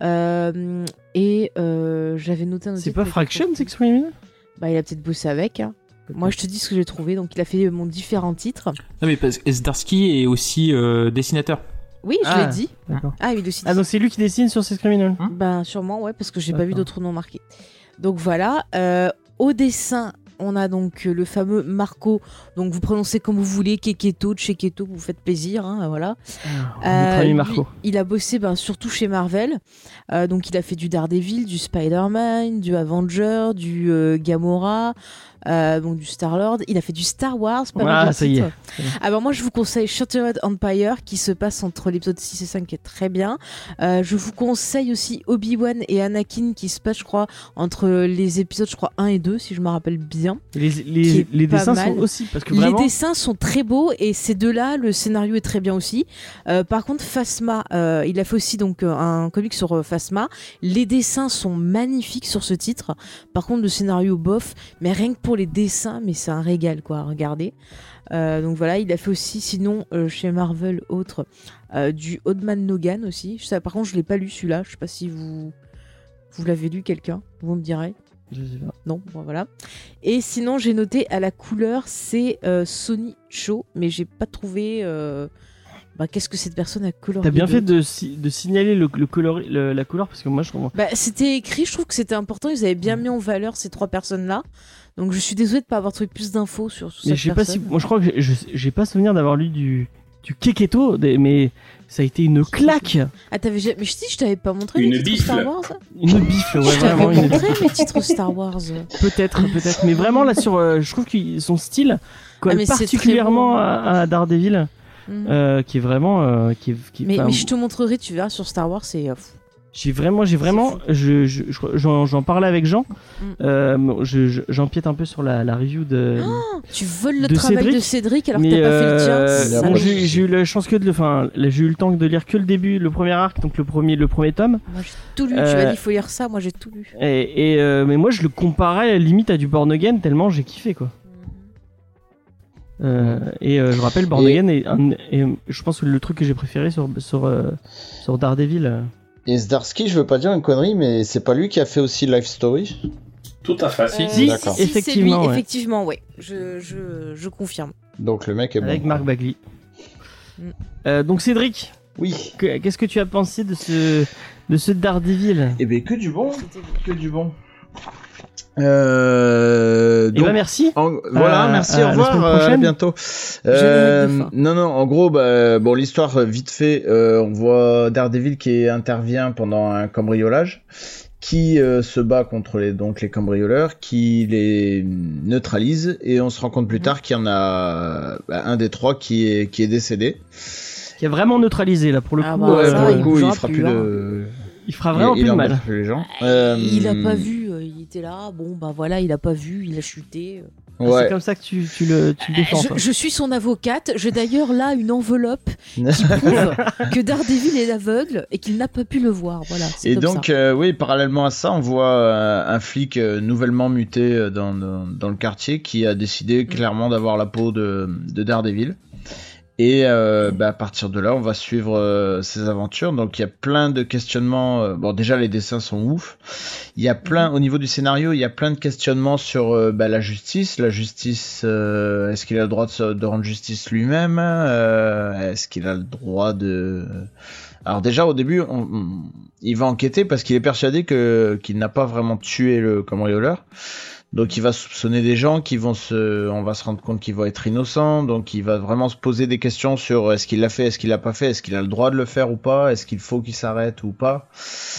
et j'avais noté un c'est pas Fraction, Sex Criminal? Il a peut-être bossé avec. Hein. Moi, je te dis ce que j'ai trouvé. Donc, il a fait différents titres. Non, mais parce que Zdarsky est aussi dessinateur. Oui, je l'ai dit. D'accord. Ah, il aussi. Ah, donc c'est lui qui dessine sur Sex Criminal. Sûrement, ouais, parce que j'ai pas vu d'autres noms marqués. Donc voilà. Au dessin, on a donc le fameux Marco. Donc vous prononcez comme vous voulez, Keketo, Cheketo, vous faites plaisir, hein, voilà. Notre ami Marco. Lui, il a bossé surtout chez Marvel. Donc il a fait du Daredevil, du Spider-Man, du Avenger, du Gamora. Donc du Star-Lord, il a fait du Star Wars, pas mal de ça y est. Alors moi je vous conseille Shattered Empire qui se passe entre l'épisode 6 et 5 qui est très bien. Je vous conseille aussi Obi-Wan et Anakin qui se passe je crois entre les épisodes 1 et 2 si je me rappelle bien. Les dessins sont aussi parce que vraiment... Les dessins sont très beaux et ces deux-là, le scénario est très bien aussi. Par contre Phasma, il a fait aussi donc un comic sur Phasma. Les dessins sont magnifiques sur ce titre. Par contre le scénario bof, mais rien que pour les dessins, mais c'est un régal quoi, regardez. Donc voilà, il a fait aussi sinon chez Marvel du Old Man Logan aussi. Par contre je l'ai pas lu celui-là, je sais pas si vous l'avez lu quelqu'un, vous me direz. Je sais pas. Non, bon, voilà. Et sinon j'ai noté à la couleur c'est Sony Cho, mais j'ai pas trouvé qu'est-ce que cette personne a coloré. T'as bien fait de signaler la couleur parce que moi je comprends. C'était écrit, je trouve que c'était important, ils avaient bien mis en valeur ces trois personnes-là. Donc je suis désolée de pas avoir trouvé plus d'infos sur cette personne. Mais je sais pas moi je crois que j'ai pas souvenir d'avoir lu du Keketo, mais ça a été une claque. Ah mais je t'avais pas montré une les titres Star Wars. Une bifle, ouais, je vraiment. Je t'avais montré mes titres Star Wars. Peut-être, mais vraiment là sur, je trouve que son style colle particulièrement à Daredevil. Qui est vraiment mais je te montrerai, tu verras sur Star Wars, c'est j'ai vraiment j'en parlais avec Jean. J'empiète un peu sur la review de tu voles le travail Cédric, de Cédric alors que t'as pas fait le tien. J'ai eu la chance j'ai eu le temps de lire que le début, le premier arc, donc le premier tome. Moi j'ai tout lu, tu m'as dit il faut lire ça, moi j'ai tout lu. Mais moi je le comparais limite à du Born Again tellement j'ai kiffé quoi. Je rappelle Born Again et je pense que le truc que j'ai préféré sur Daredevil. Et Zdarsky, je veux pas dire une connerie, mais c'est pas lui qui a fait aussi Life Story? Tout à fait. Si, effectivement, c'est lui, effectivement, ouais. Je confirme. Donc le mec est bon. Avec Mark Bagley. Donc Cédric. Oui. Qu'est-ce que tu as pensé de ce Daredevil? Eh ben que du bon. Que du bon. Donc, merci. Voilà, merci, au revoir, à bientôt. Non, en gros, l'histoire vite fait, on voit Daredevil qui intervient pendant un cambriolage, qui se bat contre les cambrioleurs, qui les neutralise, et on se rend compte plus tard qu'il y en a un des trois qui est décédé. Qui a vraiment neutralisé là pour le coup. Ouais, pour le coup, il fera plus de. Il fera vraiment plus de mal. Les gens. Il a pas vu, il était là, voilà, il a pas vu, il a chuté. Ouais. C'est comme ça que tu le défends. Je suis son avocate, j'ai d'ailleurs là une enveloppe qui prouve que Daredevil est aveugle et qu'il n'a pas pu le voir. Voilà, et donc, oui, parallèlement à ça, on voit un flic nouvellement muté dans le quartier qui a décidé clairement d'avoir la peau de Daredevil. Et à partir de là, on va suivre ses aventures. Donc il y a plein de questionnements. Déjà les dessins sont ouf. Il y a plein au niveau du scénario, il y a plein de questionnements sur la justice. La justice, est-ce qu'il a le droit de rendre justice lui-même? Est-ce qu'il a le droit de... Alors déjà au début, il va enquêter parce qu'il est persuadé qu'il n'a pas vraiment tué le cambrioleur. Donc il va soupçonner des gens on va se rendre compte qu'ils vont être innocents, donc il va vraiment se poser des questions sur est-ce qu'il l'a fait, est-ce qu'il l'a pas fait, est-ce qu'il a le droit de le faire ou pas, est-ce qu'il faut qu'il s'arrête ou pas.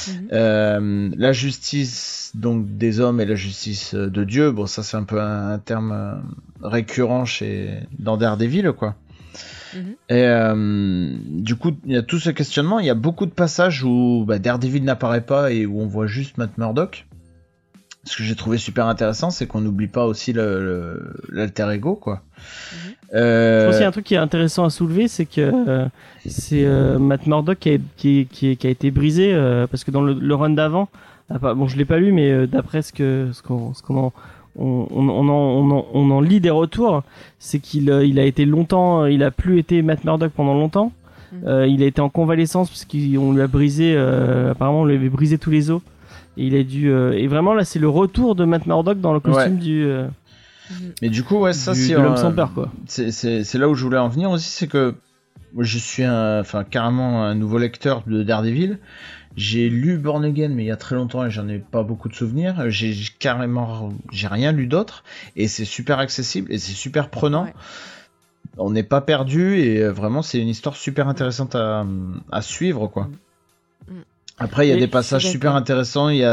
La justice donc des hommes et la justice de Dieu, ça c'est un peu un terme récurrent dans Daredevil quoi. Et du coup il y a tout ce questionnement, il y a beaucoup de passages où Daredevil n'apparaît pas et où on voit juste Matt Murdock. Ce que j'ai trouvé super intéressant, c'est qu'on n'oublie pas aussi l'alter ego, quoi. Je pense qu'il y a un truc qui est intéressant à soulever, c'est que c'est Matt Murdock qui a été brisé parce que dans le run d'avant, je l'ai pas lu, mais d'après ce qu'on en lit des retours, c'est qu'il a été longtemps, il a plus été Matt Murdock pendant longtemps. Il a été en convalescence parce qu'on lui a brisé, apparemment on lui avait brisé tous les os. Et il a dû et vraiment là c'est le retour de Matt Murdock dans le costume mais du coup ça de l'homme sans peur quoi. C'est là où je voulais en venir aussi, c'est que moi je suis carrément un nouveau lecteur de Daredevil. J'ai lu Born Again, mais il y a très longtemps et j'en ai pas beaucoup de souvenirs. J'ai rien lu d'autre et c'est super accessible et c'est super prenant. Ouais. On n'est pas perdu et vraiment c'est une histoire super intéressante à suivre, quoi. Après il y a des passages super intéressants, il y a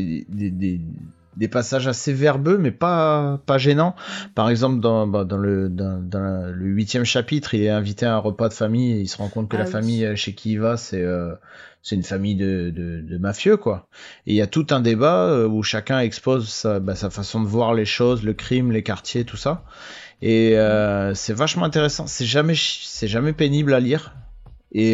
des passages assez verbeux mais pas gênants. Par exemple dans le 8e chapitre, il est invité à un repas de famille et il se rend compte que la famille chez qui il va c'est une famille de mafieux, quoi. Et il y a tout un débat où chacun expose sa façon de voir les choses, le crime, les quartiers, tout ça. Et c'est vachement intéressant. C'est jamais pénible à lire. Et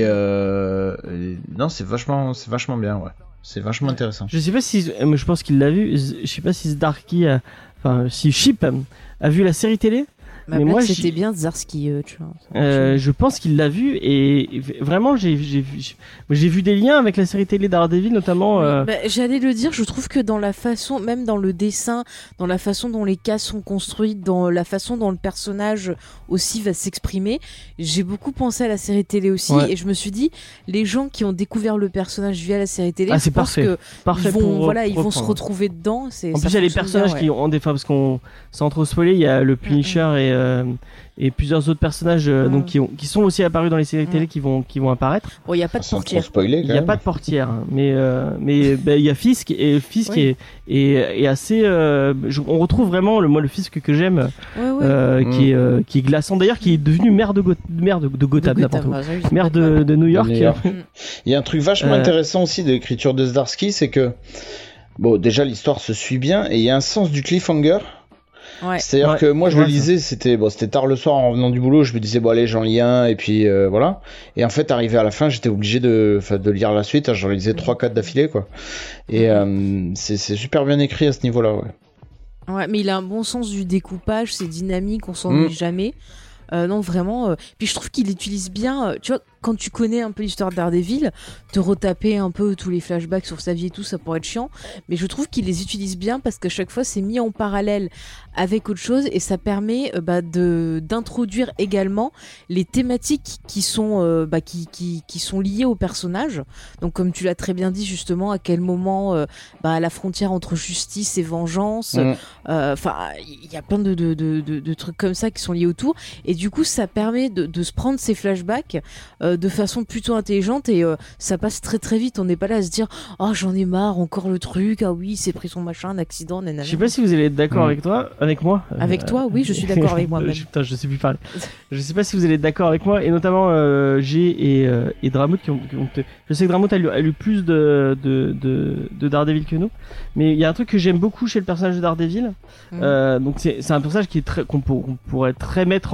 non, c'est vachement bien, ouais. C'est vachement intéressant. Je sais pas si, je pense qu'il l'a vu. Je sais pas si Zdarsky, si Chip a vu la série télé. Mais moi, c'était bien Zdarsky, tu vois. Je pense qu'il l'a vu et vraiment j'ai vu des liens avec la série télé Daredevil notamment. J'allais le dire, je trouve que dans la façon, même dans le dessin, dans la façon dont les cases sont construites, dans la façon dont le personnage aussi va s'exprimer, j'ai beaucoup pensé à la série télé aussi et je me suis dit, les gens qui ont découvert le personnage via la série télé, je pense que ils vont se retrouver dedans. En plus, il y a les personnages qui ont des fois, parce qu'on sans trop spoiler, il y a le Punisher et plusieurs autres personnages donc qui sont aussi apparus dans les séries télé qui vont apparaître. Bon, il y a pas de portière. Il y a pas de portière, mais il y a Fisk et Fisk est assez on retrouve vraiment le Fisk que j'aime qui est glaçant d'ailleurs, qui est devenu maire de Gotham, maire de New York. Il y a un truc vachement intéressant aussi de l'écriture de Zdarsky, c'est que bon, déjà l'histoire se suit bien et il y a un sens du cliffhanger. Ouais. C'est-à-dire que moi je le lisais, c'était tard le soir en revenant du boulot, je me disais bon allez j'en lis un et puis voilà. Et en fait arrivé à la fin j'étais obligé de lire la suite, j'en lisais 3-4 d'affilée, quoi. Et c'est super bien écrit à ce niveau-là, ouais. Ouais, mais il a un bon sens du découpage, c'est dynamique, on s'ennuie jamais. Non, vraiment. Puis je trouve qu'il utilise bien. Tu vois, quand tu connais un peu l'histoire de Daredevil, te retaper un peu tous les flashbacks sur sa vie et tout, ça pourrait être chiant. Mais je trouve qu'il les utilise bien parce qu'à chaque fois, c'est mis en parallèle avec autre chose et ça permet d'introduire également les thématiques qui sont qui sont liées au personnage. Donc, comme tu l'as très bien dit justement, à quel moment la frontière entre justice et vengeance. Il y a plein de trucs comme ça qui sont liés autour. Et du coup, ça permet de se prendre ces flashbacks de façon plutôt intelligente et ça passe très très vite. On n'est pas là à se dire « Oh, j'en ai marre, encore le truc. Ah oui, c'est pris son machin, un accident, nanana. » Je sais pas si vous allez être d'accord avec moi. Avec toi, oui, je suis d'accord avec moi-même. Putain, je sais plus parler. Je sais pas si vous allez être d'accord avec moi, et notamment G et Dramout je sais que Dramout a lu plus de Daredevil que nous, mais il y a un truc que j'aime beaucoup chez le personnage de Daredevil. Donc c'est un personnage qui est qu'on pourrait très mettre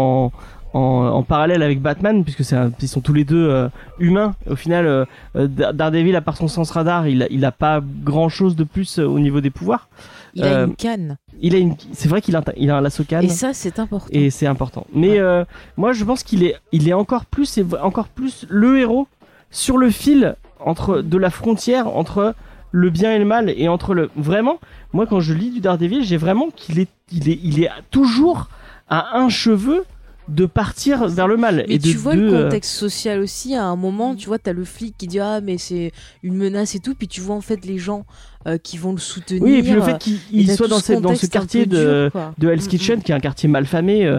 en parallèle avec Batman, puisque ils sont tous les deux humains. Au final, Daredevil, à part son sens radar, il a pas grand chose de plus au niveau des pouvoirs. Il a une canne. C'est vrai qu'il a un lasso canne. Et ça, c'est important. Et c'est important. Mais moi, je pense qu'il est encore plus le héros sur le fil de la frontière entre le bien et le mal, et vraiment, moi, quand je lis du Daredevil, j'ai vraiment qu'il est toujours à un cheveu de partir vers le mal. Mais tu vois le contexte social aussi, à un moment, tu vois, t'as le flic qui dit mais c'est une menace et tout, puis tu vois en fait les gens qui vont le soutenir. Oui, et puis le fait qu'il soit dans ce quartier de Hell's Kitchen, qui est un quartier malfamé,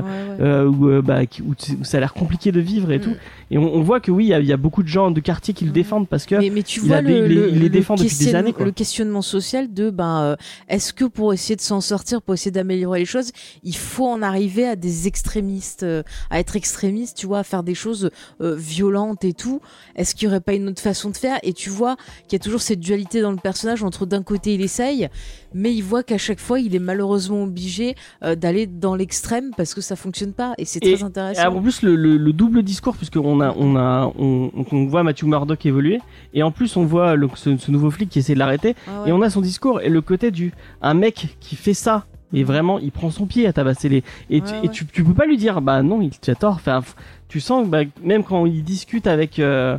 où ça a l'air compliqué de vivre et tout. Et on voit que oui, il y a beaucoup de gens de quartier qui le défendent parce que mais tu vois il les défend depuis des années, quoi. Le questionnement social de est-ce que pour essayer de s'en sortir, pour essayer d'améliorer les choses, il faut en arriver à des extrémistes, à être extrémiste, tu vois, à faire des choses violentes et tout. Est-ce qu'il y aurait pas une autre façon de faire? Et tu vois qu'il y a toujours cette dualité dans le personnage entre d'un côté il essaye, mais il voit qu'à chaque fois il est malheureusement obligé d'aller dans l'extrême parce que ça fonctionne pas, et c'est très intéressant. Et en plus le double discours, puisqu'on voit Matthew Murdock évoluer, et en plus on voit ce nouveau flic qui essaie de l'arrêter, et on a son discours et le côté un mec qui fait ça. Et vraiment, il prend son pied à tabasser tu peux pas lui dire non, tu as tort. Enfin, tu sens que même quand il discute avec le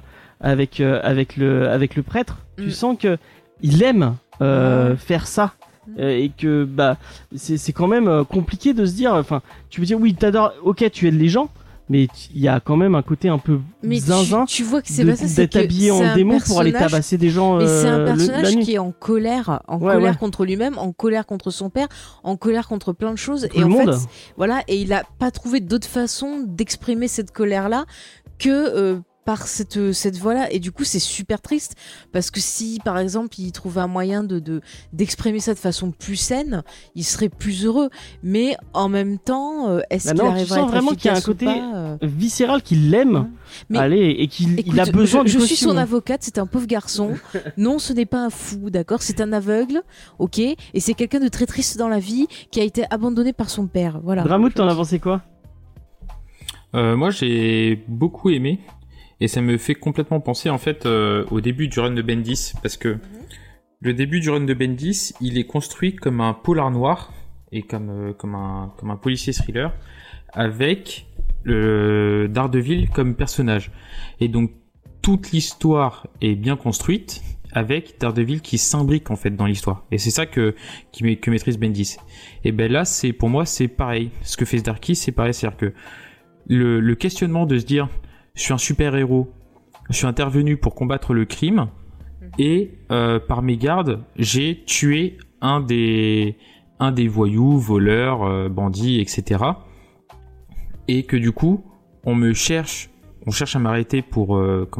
prêtre, tu sens que il aime faire ça. Et que c'est quand même compliqué de se dire, enfin, tu peux dire oui, t'adores, ok, tu aides les gens, mais il y a quand même un côté un peu zinzin. Tu vois que c'est pas ça, c'est d'être habillé en démon pour aller tabasser des gens. Mais c'est un personnage la nuit. qui est en colère contre lui-même, en colère contre son père, en colère contre plein de choses. Et en fait, voilà, et il a pas trouvé d'autre façon d'exprimer cette colère-là que par cette voie-là. Et du coup, c'est super triste parce que si, par exemple, il trouvait un moyen d'exprimer ça de façon plus saine, il serait plus heureux. Mais en même temps, est-ce qu'il arriverait à être vraiment qu'il y a un côté viscéral qu'il l'aime, et qu'il a besoin du costume. Je suis son avocate, c'est un pauvre garçon. Non, ce n'est pas un fou, d'accord, c'est un aveugle, ok, et c'est quelqu'un de très triste dans la vie qui a été abandonné par son père. Voilà. Dramout, t'en as pensé quoi? Moi, j'ai beaucoup aimé. Et ça me fait complètement penser en fait au début du run de Bendis, parce que le début du run de Bendis, il est construit comme un polar noir et comme un policier thriller avec Daredevil comme personnage. Et donc toute l'histoire est bien construite avec Daredevil qui s'imbrique en fait dans l'histoire. Et c'est ça que maîtrise Bendis. Et ben là, pour moi c'est pareil. Ce que fait Zdarsky, c'est pareil, c'est-à-dire que le questionnement de se dire je suis un super-héros, je suis intervenu pour combattre le crime, et par mégarde, j'ai tué un des voyous, voleurs, bandits, etc. Et que du coup, on cherche à m'arrêter pour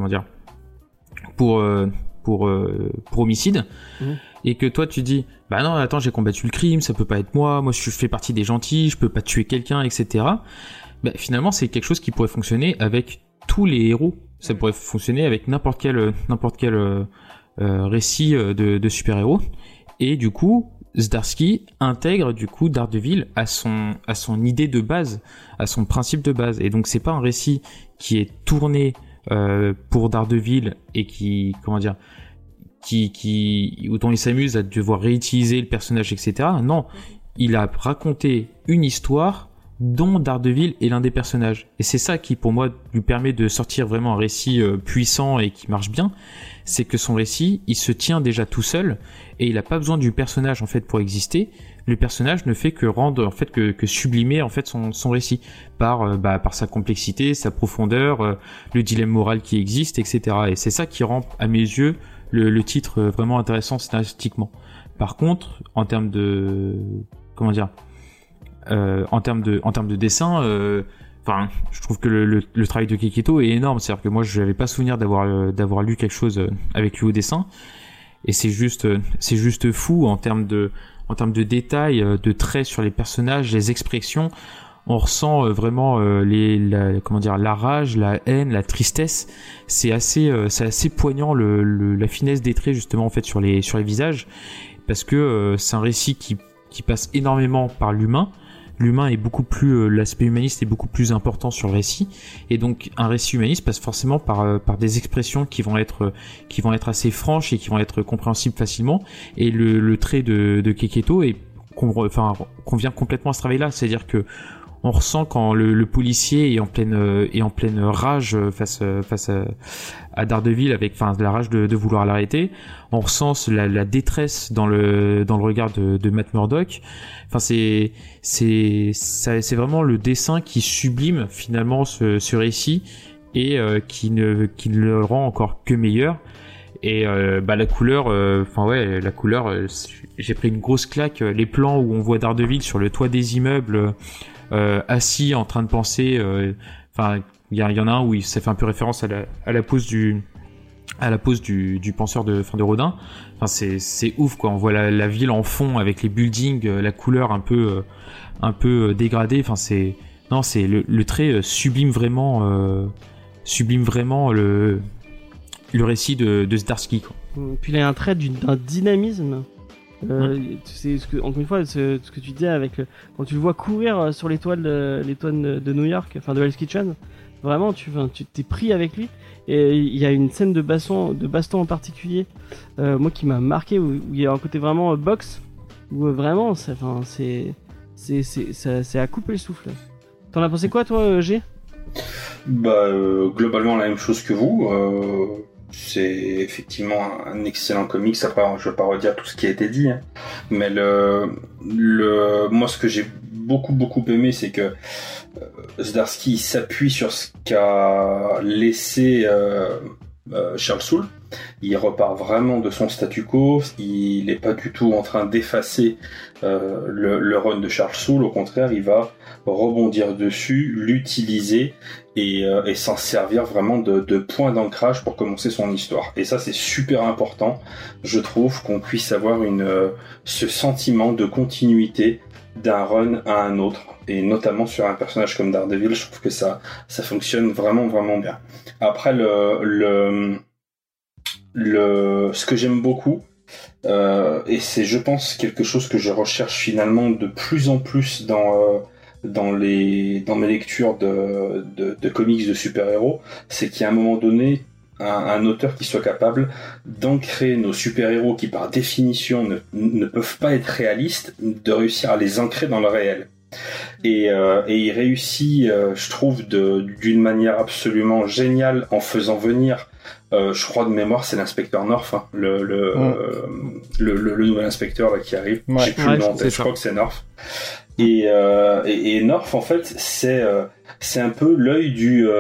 homicide, et que toi tu dis bah non, attends, j'ai combattu le crime, ça peut pas être moi je fais partie des gentils, je peux pas tuer quelqu'un, etc. Bah, finalement, c'est quelque chose qui pourrait fonctionner avec tous les héros. Ça pourrait fonctionner avec n'importe quel récit de super-héros. Et du coup, Zdarsky intègre du coup Daredevil à son idée de base, à son principe de base. Et donc c'est pas un récit qui est tourné pour Daredevil et dont il s'amuse à devoir réutiliser le personnage, etc. Non, il a raconté une histoire dont Daredevil est l'un des personnages. Et c'est ça qui, pour moi, lui permet de sortir vraiment un récit puissant et qui marche bien. C'est que son récit, il se tient déjà tout seul et il n'a pas besoin du personnage en fait pour exister. Le personnage ne fait que rendre, en fait, que sublimer en fait son récit par sa complexité, sa profondeur, le dilemme moral qui existe, etc. Et c'est ça qui rend, à mes yeux, le titre vraiment intéressant scénaristiquement. Par contre, en termes de en termes de dessin, je trouve que le travail de Keketo est énorme. C'est-à-dire que moi, je n'avais pas souvenir d'avoir lu quelque chose avec lui au dessin, et c'est juste fou en termes de détails, de traits sur les personnages, les expressions. On ressent vraiment la rage, la haine, la tristesse. C'est assez poignant la finesse des traits justement en fait sur les visages, parce que c'est un récit qui passe énormément par l'humain. L'humain est beaucoup plus, l'aspect humaniste est beaucoup plus important sur le récit, et donc un récit humaniste passe forcément par des expressions qui vont être assez franches et qui vont être compréhensibles facilement. Et le trait de Keketo convient complètement à ce travail-là, c'est-à-dire que on ressent quand le policier est en pleine rage face à Daredevil, avec la rage de vouloir l'arrêter. On ressent la détresse dans le regard de Matt Murdock. C'est vraiment le dessin qui sublime finalement ce récit, et qui le rend encore que meilleur. Et la couleur, j'ai pris une grosse claque. Les plans où on voit Daredevil sur le toit des immeubles, assis en train de penser, il y en a un où ça fait un peu référence à la pose du penseur de Rodin. C'est ouf quoi. On voit la ville en fond avec les buildings, la couleur un peu dégradée. Le trait sublime vraiment le récit de Zdarsky quoi. Puis il y a un trait d'un dynamisme. C'est encore une fois ce que tu disais quand tu le vois courir sur les toits de New York, de Hell's Kitchen, vraiment tu t'es pris avec lui. Et il y a une scène de baston en particulier, moi qui m'a marqué, où il y a un côté vraiment boxe, où vraiment c'est à couper le souffle. T'en as pensé quoi toi, G? Globalement la même chose que vous. C'est effectivement un excellent comics. Après, je vais pas redire tout ce qui a été dit, hein. Mais moi, ce que j'ai beaucoup aimé, c'est que Zdarsky s'appuie sur ce qu'a laissé Charles Soule. Il repart vraiment de son statu quo, il n'est pas du tout en train d'effacer le run de Charles Soule, au contraire il va rebondir dessus, l'utiliser et s'en servir vraiment de point d'ancrage pour commencer son histoire. Et ça c'est super important, je trouve, qu'on puisse avoir ce sentiment de continuité d'un run à un autre, et notamment sur un personnage comme Daredevil, je trouve que ça fonctionne vraiment vraiment bien. Après ce que j'aime beaucoup, et c'est je pense quelque chose que je recherche finalement de plus en plus dans mes lectures de comics de super-héros, c'est qu'il y a un moment donné un auteur qui soit capable d'ancrer nos super-héros qui par définition ne peuvent pas être réalistes, de réussir à les ancrer dans le réel. Et il réussit, je trouve, d'une manière absolument géniale en faisant venir, je crois de mémoire, c'est l'inspecteur North, hein, le nouvel inspecteur là qui arrive. Ouais, j'ai plus le nom en tête, je crois que c'est North. Et North, en fait, c'est un peu l'œil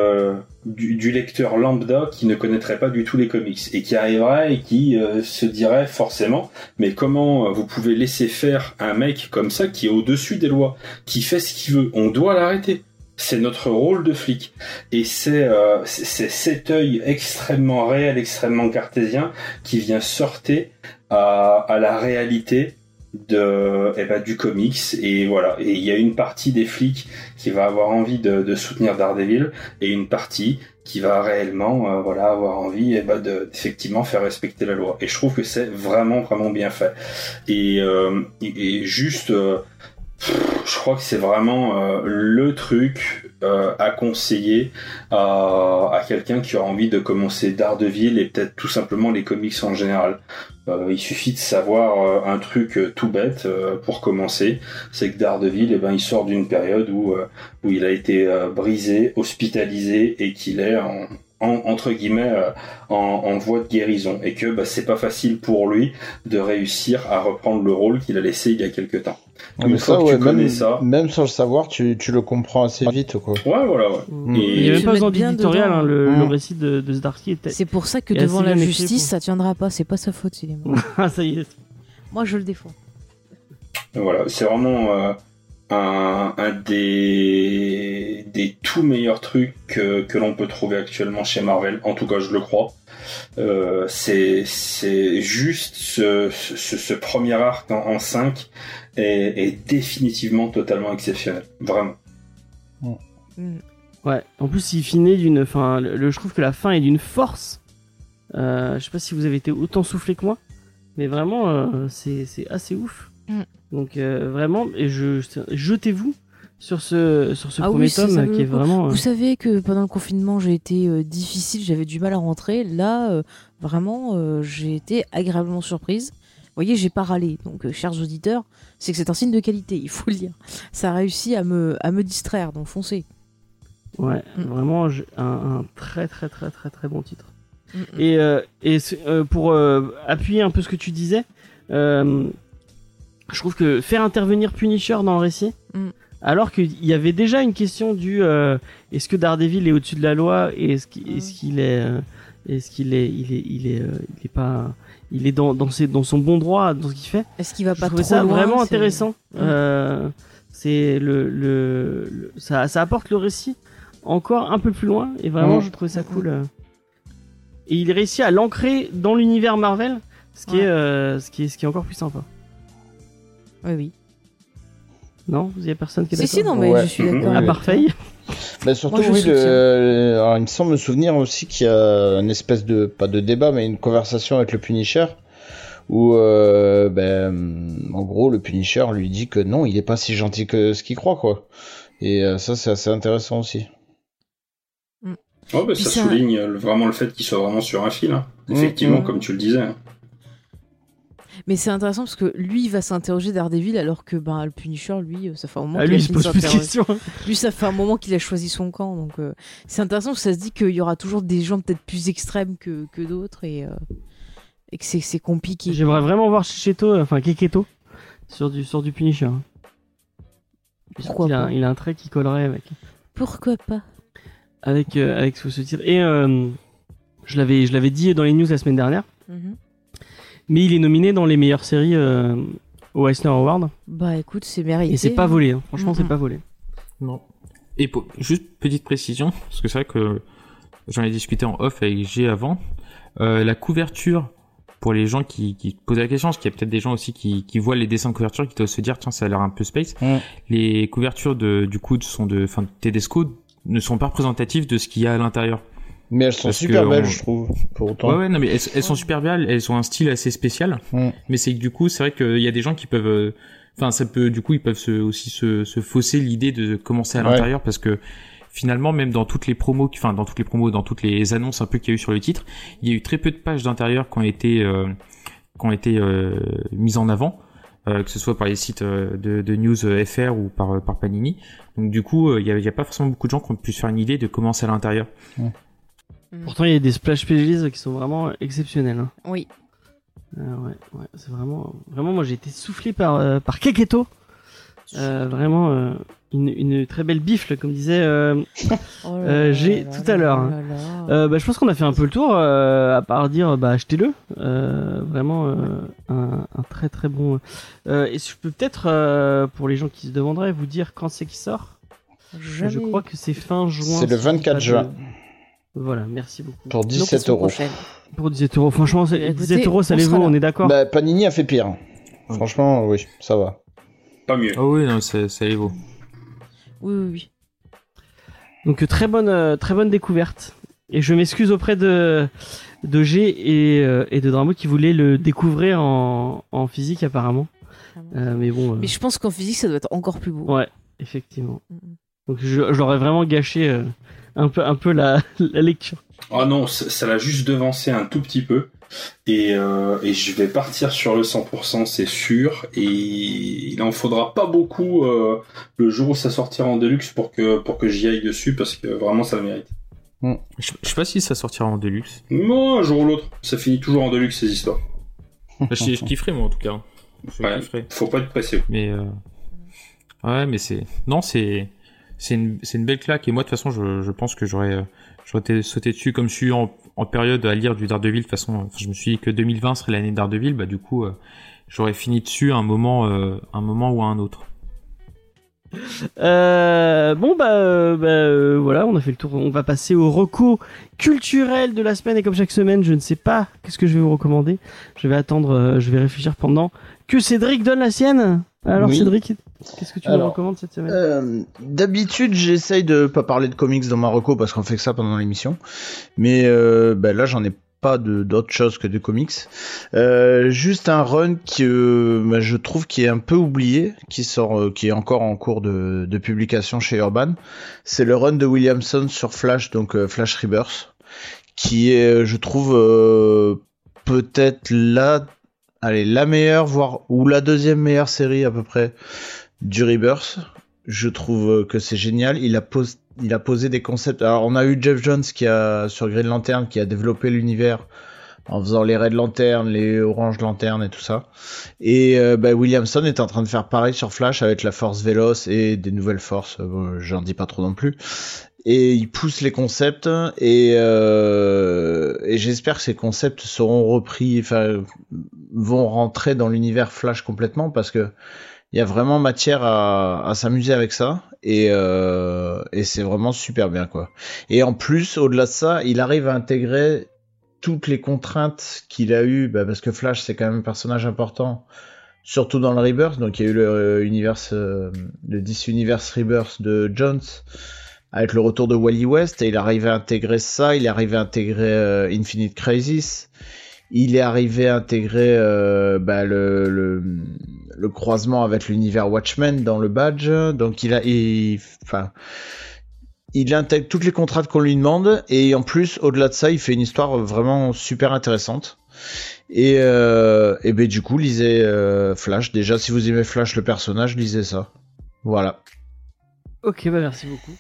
du lecteur lambda qui ne connaîtrait pas du tout les comics et qui arriverait et qui se dirait forcément, mais comment vous pouvez laisser faire un mec comme ça qui est au-dessus des lois, qui fait ce qu'il veut, on doit l'arrêter. C'est notre rôle de flic. Et c'est cet œil extrêmement réel, extrêmement cartésien qui vient sortir à la réalité du comics. Et voilà. Et il y a une partie des flics qui va avoir envie de soutenir Daredevil et une partie qui va réellement avoir envie effectivement faire respecter la loi. Et je trouve que c'est vraiment vraiment bien fait. Et juste je crois que c'est vraiment le truc à conseiller à quelqu'un qui aura envie de commencer Daredevil et peut-être tout simplement les comics en général. Il suffit de savoir un truc tout bête pour commencer, c'est que Daredevil, il sort d'une période où il a été brisé, hospitalisé et qu'il est entre guillemets en voie de guérison et que c'est pas facile pour lui de réussir à reprendre le rôle qu'il a laissé il y a quelque temps. Une fois que tu connais ça, même sans le savoir, tu le comprends assez vite, quoi. Ouais, voilà. Ouais. Et il n'y avait pas besoin d'éditorial, le récit de Zdarsky était. C'est pour ça que devant la justice, ça tiendra pas. C'est pas sa faute, s'il est mort. Ah, ça y est. Moi, je le défends. Voilà, c'est vraiment un des tout meilleurs trucs que l'on peut trouver actuellement chez Marvel. En tout cas, je le crois. C'est juste ce premier arc en 5 est définitivement totalement exceptionnel, vraiment. Ouais, en plus il finit je trouve que la fin est d'une force. Je sais pas si vous avez été autant soufflé que moi, mais vraiment c'est assez ouf. Donc vraiment, et jetez-vous sur ce premier tome qui est vraiment. Vous savez que pendant le confinement j'ai été difficile, j'avais du mal à rentrer. Là, vraiment, j'ai été agréablement surprise. Vous voyez, j'ai pas râlé. Donc, chers auditeurs, c'est que c'est un signe de qualité, il faut le dire. Ça a réussi à me distraire, donc foncez. Ouais, vraiment un très très très très très bon titre. Et pour appuyer un peu ce que tu disais, je trouve que faire intervenir Punisher dans le récit, alors qu'il y avait déjà une question du est-ce que Daredevil est au-dessus de la loi et est-ce qu'il est pas, il est dans son bon droit dans ce qu'il fait. Est-ce qu'il va pas trop loin? Je trouvais ça vraiment intéressant. C'est ça apporte le récit encore un peu plus loin et vraiment je trouvais ça cool. Et il réussit à l'ancrer dans l'univers Marvel, ce qui est encore plus sympa. Oui. Non, il y a personne qui est d'accord. Si, non, mais je suis d'accord. À part Faye. Bah surtout, alors, il me semble me souvenir aussi qu'il y a une espèce de, pas de débat, mais une conversation avec le Punisher, où, en gros, le Punisher lui dit que non, il est pas si gentil que ce qu'il croit, quoi. Et ça, c'est assez intéressant aussi. Ça souligne vraiment le fait qu'il soit vraiment sur un fil, hein. Effectivement, comme tu le disais. Mais c'est intéressant parce que lui, il va s'interroger Daredevil alors que le Punisher, lui, ça fait un moment qu'il il se pose plus de questions. Lui, ça fait un moment qu'il a choisi son camp. Donc, c'est intéressant parce que ça se dit qu'il y aura toujours des gens peut-être plus extrêmes que d'autres et que c'est compliqué. J'aimerais vraiment voir Keketo sur du Punisher. Pourquoi il a un trait qui collerait avec. Pourquoi pas? Avec ce titre. Et je l'avais dit dans les news la semaine dernière. Mais il est nominé dans les meilleures séries au Eisner Award. Bah écoute, c'est mérité. Et c'est pas volé, hein. Franchement, c'est pas volé. Non. Et juste petite précision, parce que c'est vrai que j'en ai discuté en off avec G avant. La couverture, pour les gens qui posent la question, parce qu'il y a peut-être des gens aussi qui voient les dessins de couverture qui doivent se dire tiens, ça a l'air un peu space. Les couvertures de Tedesco ne sont pas représentatives de ce qu'il y a à l'intérieur. Mais elles sont super belles, je trouve, pour autant. Ouais, non, mais elles sont super belles, elles ont un style assez spécial. Mais c'est que du coup, c'est vrai qu'il y a des gens qui peuvent, ils peuvent se fausser l'idée de commencer à l'intérieur parce que finalement, même dans toutes les promos, dans toutes les annonces un peu qu'il y a eu sur le titre, il y a eu très peu de pages d'intérieur qui ont été mises en avant. Que ce soit par les sites de news FR ou par Panini. Donc du coup, il y a pas forcément beaucoup de gens qui ont pu se faire une idée de commencer à l'intérieur. Pourtant, il y a des splash pages qui sont vraiment exceptionnels. Hein. Oui. Ouais, c'est vraiment, moi j'ai été soufflé par Keketo. Vraiment une très belle bifle, comme disait G tout à l'heure. Je pense qu'on a fait un peu le tour, à part dire achetez-le. Vraiment un très très bon. Et je peux peut-être, pour les gens qui se demanderaient, vous dire quand c'est qu'il sort. Je crois que c'est fin juin. C'est le 24 juin. Voilà, merci beaucoup. Pour 17 €. Pour 17 €, franchement, 17 €, ça les vaut, on est d'accord. Panini a fait pire. Franchement, oui, ça va. Pas mieux. Ah oui, non, ça les vaut. Oui. Donc très bonne découverte. Et je m'excuse auprès de G et de Dramo qui voulaient le découvrir en physique apparemment. Mais bon. Mais je pense qu'en physique ça doit être encore plus beau. Ouais, effectivement. Donc je l'aurais vraiment gâché un peu la lecture. Ah non, ça l'a juste devancé un tout petit peu. Et je vais partir sur le 100%, c'est sûr. Et il en faudra pas beaucoup le jour où ça sortira en Deluxe pour que j'y aille dessus, parce que vraiment ça le mérite. Je sais pas si ça sortira en Deluxe. Non, un jour ou l'autre. Ça finit toujours en Deluxe, ces histoires. Je kifferais moi en tout cas. Faut pas être pressé. Mais ouais, mais c'est une belle claque. Et moi de toute façon, je pense que j'aurais sauté dessus comme je suis en période à lire du Daredevil. De toute façon, je me suis dit que 2020 serait l'année de Daredevil. Du coup, j'aurais fini dessus à un moment ou à un autre. Voilà, on a fait le tour. On va passer au reco culturel de la semaine. Et comme chaque semaine, je ne sais pas qu'est-ce que je vais vous recommander. Je vais attendre, je vais réfléchir pendant que Cédric donne la sienne. Alors oui. Cédric, qu'est-ce que tu nous recommandes cette semaine? D'habitude, j'essaye de pas parler de comics dans ma reco parce qu'on fait que ça pendant l'émission. Mais là, j'en ai pas d'autre chose que de comics. Juste un run qui, je trouve, qui est un peu oublié, qui est encore en cours de publication chez Urban. C'est le run de Williamson sur Flash, donc Flash Rebirth, qui est, je trouve, peut-être la meilleure, voire ou la deuxième meilleure série à peu près du Rebirth. Je trouve que c'est génial. Il a posé des concepts. Alors on a eu Jeff Jones sur Green Lantern qui a développé l'univers en faisant les Red Lantern, les Orange Lantern et tout ça. Et Williamson est en train de faire pareil sur Flash avec la Force Véloce et des nouvelles forces. J'en dis pas trop non plus. Et il pousse les concepts et j'espère que ces concepts seront repris, vont rentrer dans l'univers Flash complètement parce que il y a vraiment matière à s'amuser avec ça et c'est vraiment super bien quoi. Et en plus, au-delà de ça, il arrive à intégrer toutes les contraintes qu'il a eues, parce que Flash c'est quand même un personnage important, surtout dans le Rebirth. Donc il y a eu le DC Universe Rebirth de Jones avec le retour de Wally West et il arrive à intégrer ça, il arrive à intégrer Infinite Crisis. Il est arrivé à intégrer le croisement avec l'univers Watchmen dans le badge. Donc il intègre toutes les contraintes qu'on lui demande et en plus au-delà de ça il fait une histoire vraiment super intéressante. Et du coup lisez Flash. Déjà si vous aimez Flash le personnage, lisez ça. Voilà. Ok, merci beaucoup.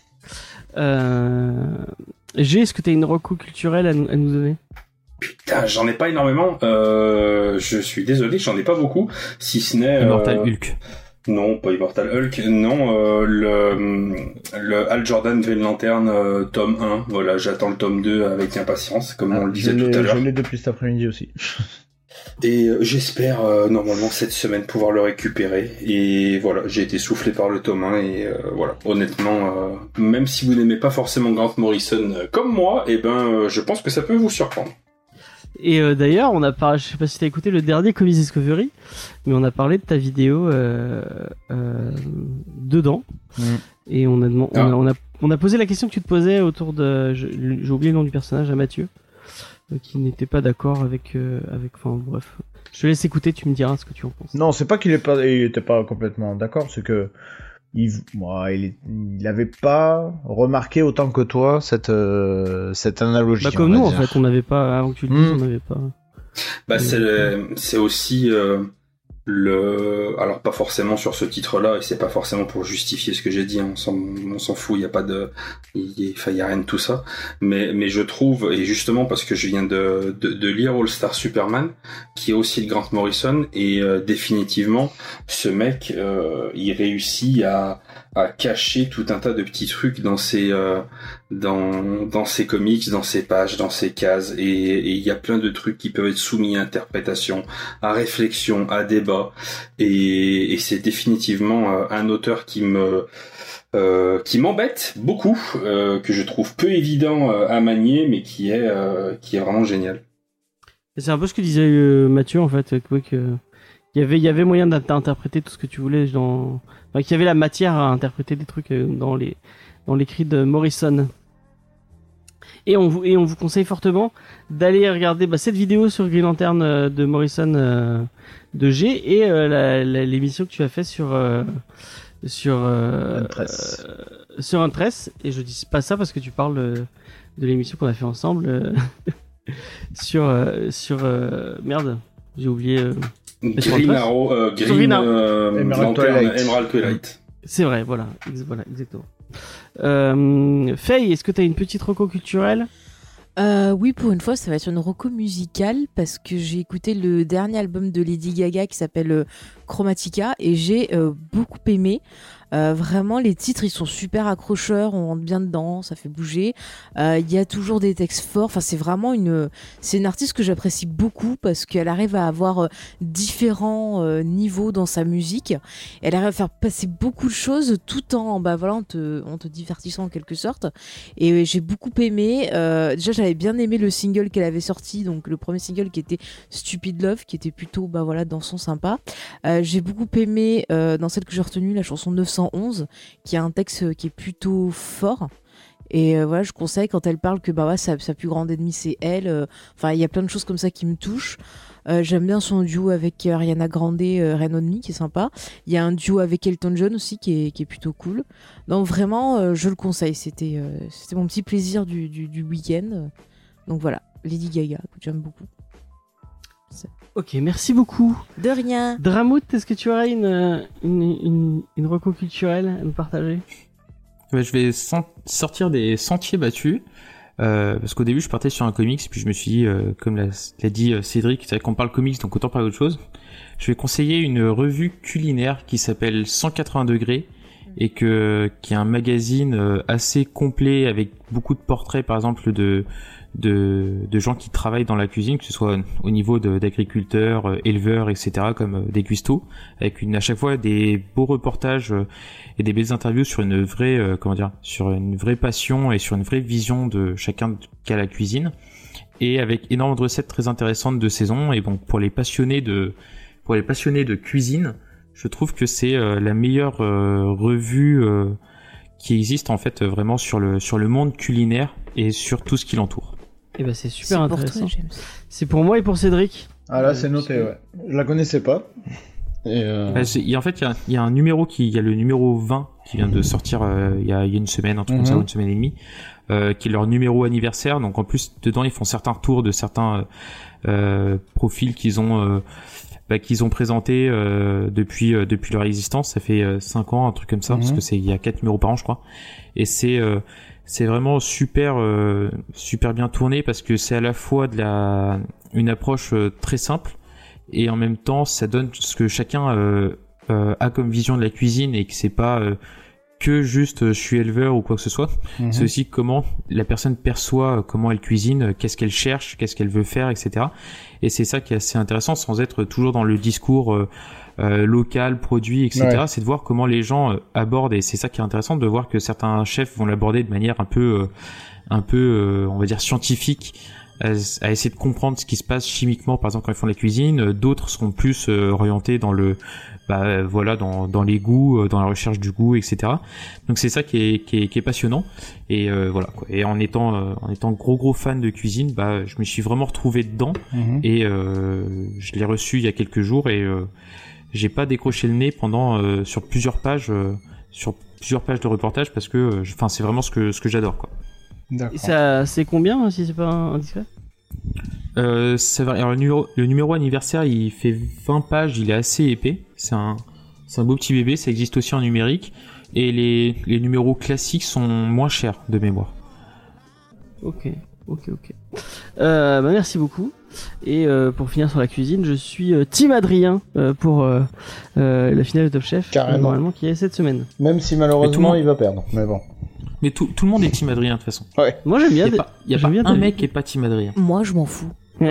Est-ce que tu as une reco culturelle à nous donner? Putain, j'en ai pas énormément. Je suis désolé, j'en ai pas beaucoup. Si ce n'est. Immortal Hulk. Non, pas Immortal Hulk. Non, le Hal Jordan Green Lantern tome 1. Voilà, j'attends le tome 2 avec impatience, comme on le disait tout à l'heure. Je l'ai depuis cet après-midi aussi. Et j'espère normalement cette semaine pouvoir le récupérer. Et voilà, j'ai été soufflé par le tome 1 et voilà, honnêtement, même si vous n'aimez pas forcément Grant Morrison comme moi, je pense que ça peut vous surprendre. Et d'ailleurs, on a parlé, je sais pas si t'as écouté le dernier Comics Discovery, mais on a parlé de ta vidéo dedans. Et on a posé la question que tu te posais autour de, j'ai oublié le nom du personnage, à Mathieu, qui n'était pas d'accord avec, enfin bref. Je te laisse écouter, tu me diras ce que tu en penses. Non, c'est pas qu'il était pas complètement d'accord, c'est que il avait pas remarqué autant que toi cette analogie. Bah comme nous en fait, on n'avait pas, avant que tu le dises, on n'avait pas. Bah c'est aussi alors pas forcément sur ce titre-là, et c'est pas forcément pour justifier ce que j'ai dit, on s'en fout, il y a pas de, il y a rien de tout ça, mais je trouve, et justement parce que je viens de lire All Star Superman, qui est aussi de Grant Morrison, et définitivement ce mec il réussit à cacher tout un tas de petits trucs dans ses comics, dans ses pages, dans ses cases, et il y a plein de trucs qui peuvent être soumis à interprétation, à réflexion, à débat, et c'est définitivement un auteur qui m'embête beaucoup, que je trouve peu évident à manier, mais qui est vraiment génial. C'est un peu ce que disait Mathieu en fait, qu'il y avait moyen d'interpréter tout ce que tu voulais qu'il y avait la matière à interpréter des trucs dans l'écrit de Morrison. Et on vous conseille fortement d'aller regarder cette vidéo sur Green Lantern de Morrison de G, et l'émission que tu as fait sur Huntress. Et je dis pas ça parce que tu parles de l'émission qu'on a fait ensemble sur merde, j'ai oublié. Green Arrow, Emerald Twilight. C'est vrai, voilà, exactement. Faye, est-ce que t'as une petite reco culturelle? Oui, pour une fois, ça va être une reco musicale parce que j'ai écouté le dernier album de Lady Gaga qui s'appelle Chromatica et j'ai beaucoup aimé. Vraiment, les titres, ils sont super accrocheurs, on rentre bien dedans, ça fait bouger. Il y a toujours des textes forts. Enfin, c'est vraiment c'est une artiste que j'apprécie beaucoup parce qu'elle arrive à avoir différents niveaux dans sa musique. Elle arrive à faire passer beaucoup de choses tout en te divertissant en quelque sorte. Et j'ai beaucoup aimé. Déjà, j'avais bien aimé le single qu'elle avait sorti, donc le premier single qui était Stupid Love, qui était plutôt dansant sympa. J'ai beaucoup aimé dans celle que j'ai retenue, la chanson 911, qui a un texte qui est plutôt fort. Et voilà, je conseille quand elle parle que sa plus grande ennemie c'est elle. Enfin, il y a plein de choses comme ça qui me touchent. J'aime bien son duo avec Ariana Grande, Rain on Me, qui est sympa. Il y a un duo avec Elton John aussi qui est plutôt cool. Donc vraiment, je le conseille. C'était mon petit plaisir du week-end. Donc voilà, Lady Gaga, que j'aime beaucoup. Ok, merci beaucoup. De rien. Dramout, est-ce que tu aurais une reco culturelle à nous partager? Je vais sortir des sentiers battus, parce qu'au début je partais sur un comics, puis je me suis dit, comme l'a dit Cédric, c'est vrai qu'on parle comics, donc autant parler d'autre chose. Je vais conseiller une revue culinaire qui s'appelle 180 degrés, et qui est un magazine assez complet avec beaucoup de portraits, par exemple de gens qui travaillent dans la cuisine, que ce soit au niveau d'agriculteurs, éleveurs, etc., comme des cuistots, avec à chaque fois des beaux reportages et des belles interviews sur une vraie sur une vraie passion et sur une vraie vision de chacun qui a la cuisine, et avec énormément de recettes très intéressantes de saison. Et bon, pour les passionnés de cuisine, je trouve que c'est la meilleure revue qui existe en fait vraiment sur le monde culinaire et sur tout ce qui l'entoure. Et c'est super intéressant. C'est pour moi et pour Cédric. Ah là, c'est noté, ouais. Je la connaissais pas. Et il y a un numéro il y a le numéro 20 qui vient de sortir il y a une semaine, un truc comme ça, une semaine et demie, qui est leur numéro anniversaire. Donc en plus dedans ils font certains retours de certains profils qu'ils ont présentés depuis leur existence. Ça fait 5 ans, un truc comme ça, parce que il y a 4 numéros par an, je crois. Et c'est vraiment super bien tourné, parce que c'est à la fois une approche très simple, et en même temps ça donne ce que chacun a comme vision de la cuisine et que c'est pas que juste je suis éleveur ou quoi que ce soit. C'est aussi comment la personne perçoit comment elle cuisine, qu'est-ce qu'elle cherche, qu'est-ce qu'elle veut faire, etc. Et c'est ça qui est assez intéressant, sans être toujours dans le discours local, produit, etc. Ouais. C'est de voir comment les gens abordent, et c'est ça qui est intéressant, de voir que certains chefs vont l'aborder de manière un peu on va dire scientifique, à essayer de comprendre ce qui se passe chimiquement, par exemple quand ils font la cuisine. D'autres seront plus orientés dans le dans les goûts, dans la recherche du goût, etc. Donc c'est ça qui est passionnant. Et voilà quoi. Et en étant gros fan de cuisine, je me suis vraiment retrouvé dedans. Et je l'ai reçu il y a quelques jours, et j'ai pas décroché le nez pendant sur plusieurs pages de reportage, parce que c'est vraiment ce que j'adore quoi. D'accord. Ça, c'est combien, si c'est pas indiscret? Ça va. Alors, le numéro anniversaire, il fait 20 pages, il est assez épais. C'est un beau petit bébé, ça existe aussi en numérique. Et les numéros classiques sont moins chers de mémoire. Ok. Merci beaucoup. Et pour finir sur la cuisine, je suis Team Adrien pour la finale de Top Chef. Carrément. Normalement, qui est cette semaine. Même si malheureusement il va perdre, mais bon. Mais tout le monde est Team Adrien de toute façon. Ouais. Moi j'aime bien. Il y a pas un mec qui est pas Team Adrien. Moi je m'en fous.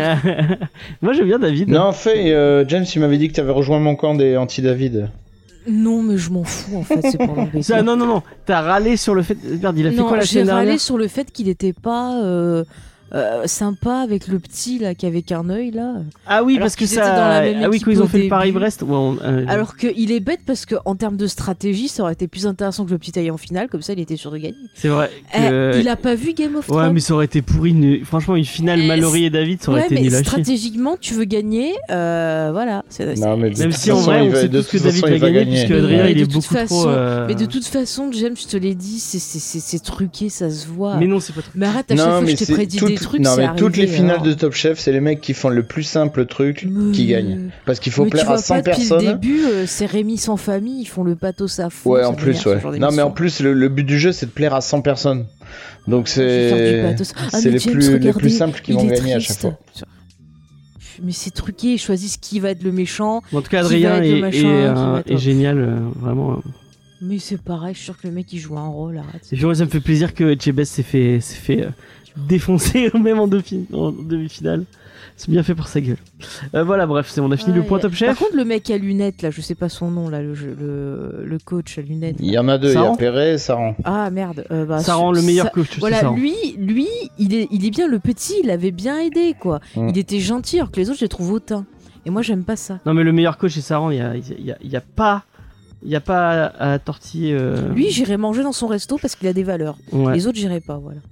Moi j'aime bien David. Non, en fait, James, il m'avait dit que t'avais rejoint mon camp des anti-David. Non, mais je m'en fous en fait, c'est pour l'embêter. Ça, non. T'as râlé sur le fait. Merde, il a fait quoi la semaine dernière ? J'ai râlé sur le fait qu'il était pas sympa avec le petit là qui avait qu'un œil là. Ah oui, parce que ça. Ah oui, quand ils ont fait le Paris-Brest. Alors qu'il est bête, parce que en termes de stratégie, ça aurait été plus intéressant que le petit œil en finale, comme ça il était sûr de gagner. C'est vrai. Il a pas vu Game of Thrones. Ouais, mais ça aurait été pourri. Franchement, une finale Mallory et David, ça aurait été nul à chier. Stratégiquement, tu veux gagner, voilà. Non, mais même si en vrai, on sait tous que David va gagner, puisque Adrien il est beaucoup trop. Mais de toute façon, James, je te l'ai dit, c'est truqué, ça se voit. Mais non, c'est pas truqué. Mais arrête, à chaque fois que je t'ai prédit des trucs, non, mais arrivé, toutes les finales de Top Chef, c'est les mecs qui font le plus simple truc qui gagnent. Parce qu'il faut plaire à 100 personnes. Depuis le début, c'est Rémi sans famille, ils font le pathos à fond. Ouais, en plus, ouais. Non, mais en plus, le but du jeu, c'est de plaire à 100 personnes. Donc c'est les plus simples qui vont gagner à chaque fois. Mais c'est truqué, ils choisissent qui va être le méchant. En tout cas, Adrien est génial, vraiment. Mais c'est pareil, je suis sûr que le mec il joue un rôle, arrête. Et puis moi, ça me fait plaisir que Chebes s'est fait défoncer même en demi-finale. C'est bien fait pour sa gueule. Voilà, bref, on a fini le point Top Chef. Par contre, le mec à lunettes, là, je sais pas son nom, là, le coach à lunettes. Il y en a deux, il y a Perret et Saran. Ah merde. Saran, le meilleur coach. Voilà, lui, il est bien, le petit, il avait bien aidé, quoi. Il était gentil, alors que les autres, je les trouve hautains. Et moi, j'aime pas ça. Non, mais le meilleur coach, c'est Saran, il y a pas. Il n'y a pas à tortiller. Lui, j'irai manger dans son resto parce qu'il a des valeurs. Ouais. Les autres, j'irai pas, voilà.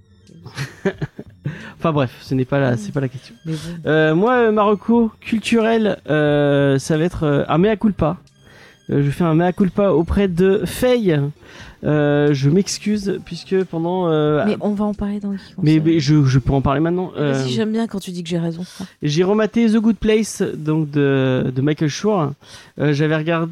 Enfin bref, c'est pas la question. Bon. Moi, Marocco culturel, ça va être un mea culpa. Je fais un mea culpa auprès de Faye. Je m'excuse puisque pendant. Mais on va en parler dans le. Mais je peux en parler maintenant. Vas-y, j'aime bien quand tu dis que j'ai raison. J'ai rematé The Good Place, donc de Michael Schur. J'avais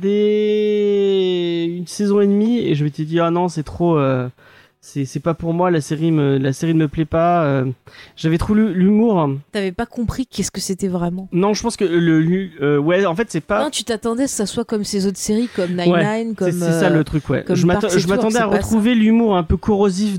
regardé une saison et demie et je m'étais dit ah non, c'est trop. C'est pas pour moi, la série ne me plaît pas. J'avais trop l'humour. T'avais pas compris qu'est-ce que c'était vraiment? Non, je pense que ouais, en fait, c'est pas. Non, tu t'attendais que ça soit comme ces autres séries, comme Nine Nine, comme. C'est ça le truc, ouais. Je m'attendais à retrouver l'humour un peu corrosif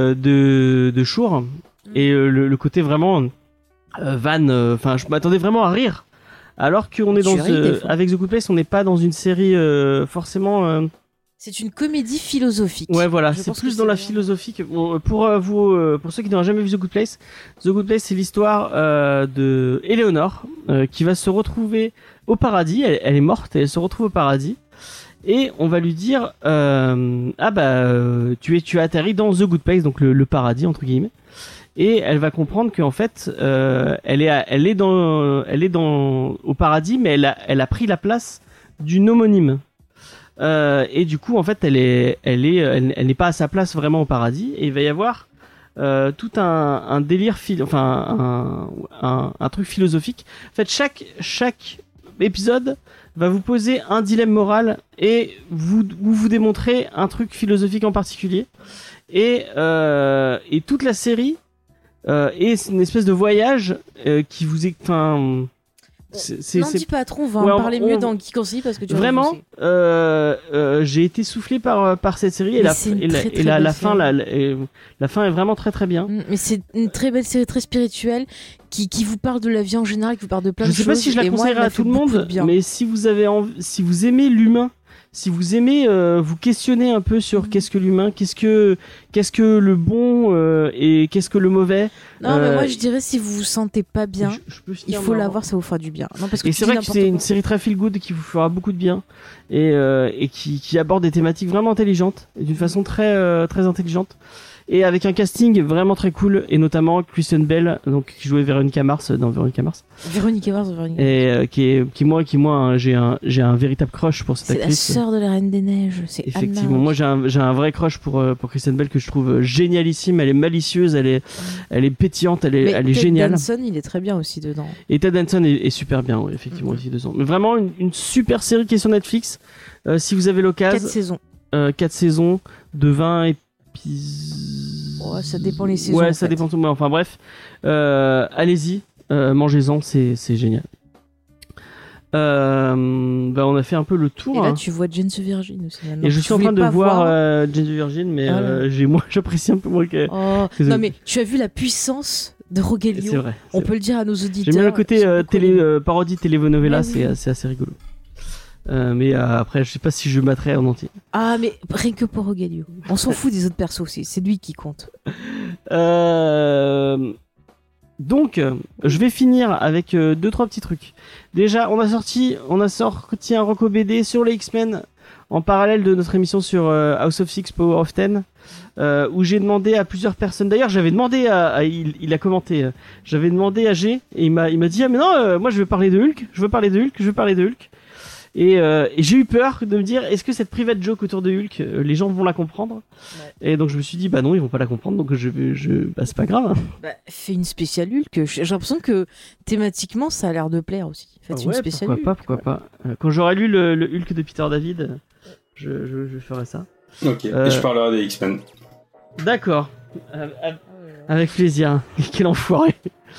de Schur et le côté vraiment van. Enfin, je m'attendais vraiment à rire. Alors qu'on est avec The Good Place, on n'est pas dans une série forcément. C'est une comédie philosophique. Ouais, voilà, c'est plus dans la philosophie que pour ceux qui n'auraient jamais vu The Good Place. The Good Place, c'est l'histoire de Eleanor qui va se retrouver au paradis. Elle est morte et elle se retrouve au paradis. Et on va lui dire tu as atterri dans The Good Place, donc le paradis entre guillemets. Et elle va comprendre qu'en fait, elle est au paradis, mais elle a pris la place d'une homonyme. Et du coup en fait elle n'est pas à sa place vraiment au paradis et il va y avoir tout un délire un truc philosophique. En fait chaque épisode va vous poser un dilemme moral et vous démontrer un truc philosophique en particulier et toute la série est une espèce de voyage qui vous est Non, dis pas trop, on va en parler mieux dans Geek Conseil parce que tu vraiment, j'ai été soufflé par cette série et la fin est vraiment très très bien. Mais c'est une très belle série, très spirituelle, qui vous parle de la vie en général, qui vous parle de plein de choses. Je sais pas si je la conseillerais à tout le monde, mais si vous aimez l'humain, si vous aimez vous questionner un peu sur qu'est-ce que l'humain, qu'est-ce que le bon et qu'est-ce que le mauvais. Non, mais moi je dirais si vous vous sentez pas bien, il faut la voir, ça vous fera du bien. Non, parce que c'est vrai que c'est une série très feel good qui vous fera beaucoup de bien et qui aborde des thématiques vraiment intelligentes et d'une façon très très intelligente. Et avec un casting vraiment très cool, et notamment Kristen Bell, donc qui jouait Véronica Mars dans Véronica Mars. Et qui moi, hein, j'ai un véritable crush pour cette actrice. C'est la sœur de la Reine des Neiges. C'est effectivement. Moi, j'ai un vrai crush pour Kristen Bell que je trouve génialissime. Elle est malicieuse, elle est pétillante, elle est géniale. Ted Danson, il est très bien aussi dedans. Et Ted Danson est super bien, ouais, effectivement aussi dedans. Mais vraiment une super série qui est sur Netflix. Si vous avez l'occasion. 4 saisons. 4 saisons de 20 épisodes. Ouais, ça dépend les saisons. Ouais, ça dépend tout. Enfin bref, allez-y, mangez-en, c'est génial. On a fait un peu le tour. Et là, tu vois Jane the Virgin aussi. Et je suis en train de voir Jane the Virgin, mais j'apprécie un peu moins que. Non, mais tu as vu la puissance de Rogelio. C'est vrai. On peut le dire à nos auditeurs. J'aime bien le côté parodie télénovela, c'est assez rigolo. Mais après, je sais pas si je mettrais en entier. Ah, mais rien que pour Rogelio. On s'en fout des autres persos aussi, c'est lui qui compte. Donc, je vais finir avec 2-3 petits trucs. Déjà, on a sorti un Rocco BD sur les X-Men en parallèle de notre émission sur House of Six, Power of Ten, où j'ai demandé à plusieurs personnes. D'ailleurs, j'avais demandé il a commenté. J'avais demandé à G et il m'a dit ah mais non, moi je veux parler de Hulk. Et j'ai eu peur de me dire est-ce que cette private joke autour de Hulk les gens vont la comprendre, et donc je me suis dit bah non, ils vont pas la comprendre, donc c'est pas grave, hein. Fais une spéciale Hulk. J'ai l'impression que thématiquement ça a l'air de plaire aussi. Faites une spéciale pourquoi pas. Quand j'aurai lu le Hulk de Peter David, je ferai ça. Ok, et je parlerai des X-Men. D'accord, avec plaisir. Quel enfoiré.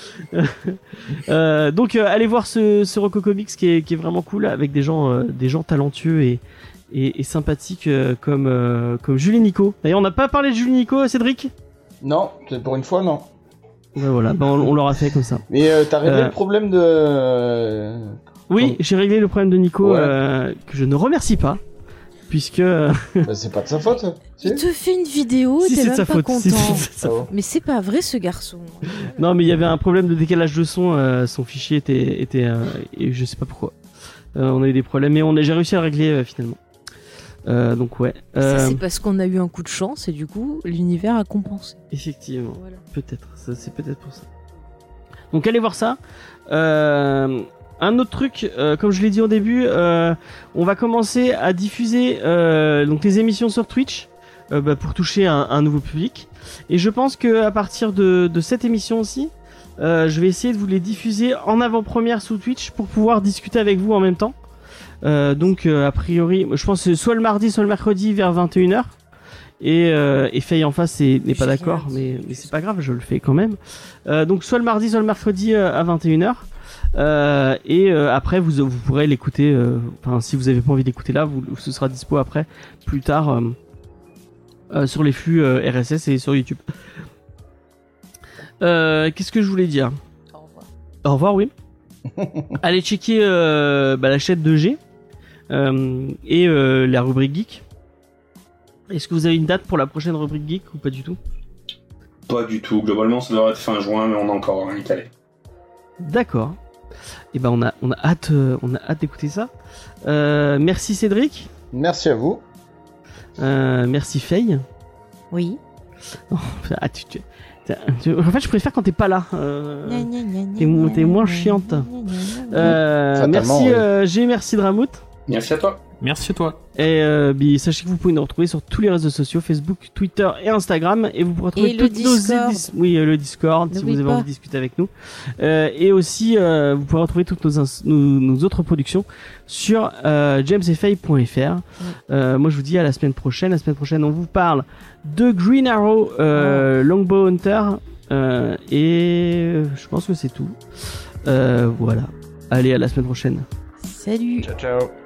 Donc allez voir ce Rocco Comics qui est vraiment cool, avec des gens talentueux et sympathiques comme Julie Nico. D'ailleurs, on n'a pas parlé de Julie Nico, Cédric ? Non, pour une fois non. Ouais, voilà, on l'aura fait comme ça. Mais t'as réglé le problème de... Oui, j'ai réglé le problème de Nico, que je ne remercie pas. Puisque c'est pas de sa faute. Il te fait une vidéo, t'es même pas content. Mais c'est pas vrai, ce garçon. Non, mais il y avait un problème de décalage de son. Son fichier était et je sais pas pourquoi. On a eu des problèmes, mais j'ai réussi à le régler finalement. Donc ouais. Ça, c'est parce qu'on a eu un coup de chance et du coup l'univers a compensé. Effectivement. Voilà. Peut-être. C'est peut-être pour ça. Donc allez voir ça. Un autre truc, comme je l'ai dit au début, on va commencer à diffuser donc les émissions sur Twitch pour toucher un nouveau public. Et je pense que à partir de cette émission aussi, je vais essayer de vous les diffuser en avant-première sous Twitch pour pouvoir discuter avec vous en même temps. Donc a priori, je pense que soit le mardi, soit le mercredi vers 21h. Et Faye en face n'est pas d'accord, mais c'est pas grave, je le fais quand même. Donc soit le mardi, soit le mercredi à 21h. Après vous pourrez l'écouter, si vous avez pas envie d'écouter là, ce sera dispo après, plus tard, sur les flux RSS et sur YouTube. Qu'est-ce que je voulais dire ? Au revoir, oui. Allez checker la chaîne de G et la rubrique geek. Est-ce que vous avez une date pour la prochaine rubrique geek ou pas du tout ? Pas du tout, globalement ça devrait être fin juin, mais on a encore rien calé. D'accord. Et on a hâte d'écouter ça. Merci Cédric. Merci à vous. Merci Faye. Oui. En fait, je préfère quand t'es pas là. T'es moins chiante. Merci G, merci Dramout. Merci à toi. Merci à toi. Et sachez que vous pouvez nous retrouver sur tous les réseaux sociaux, Facebook, Twitter et Instagram, et vous pourrez retrouver toutes le Discord si vous avez envie de discuter avec nous. Et aussi vous pourrez retrouver toutes nos autres productions sur jamesfay.fr. Moi je vous dis à la semaine prochaine. La semaine prochaine on vous parle de Green Arrow, Longbow Hunter, et je pense que c'est tout. Voilà. Allez, à la semaine prochaine. Salut. Ciao, ciao.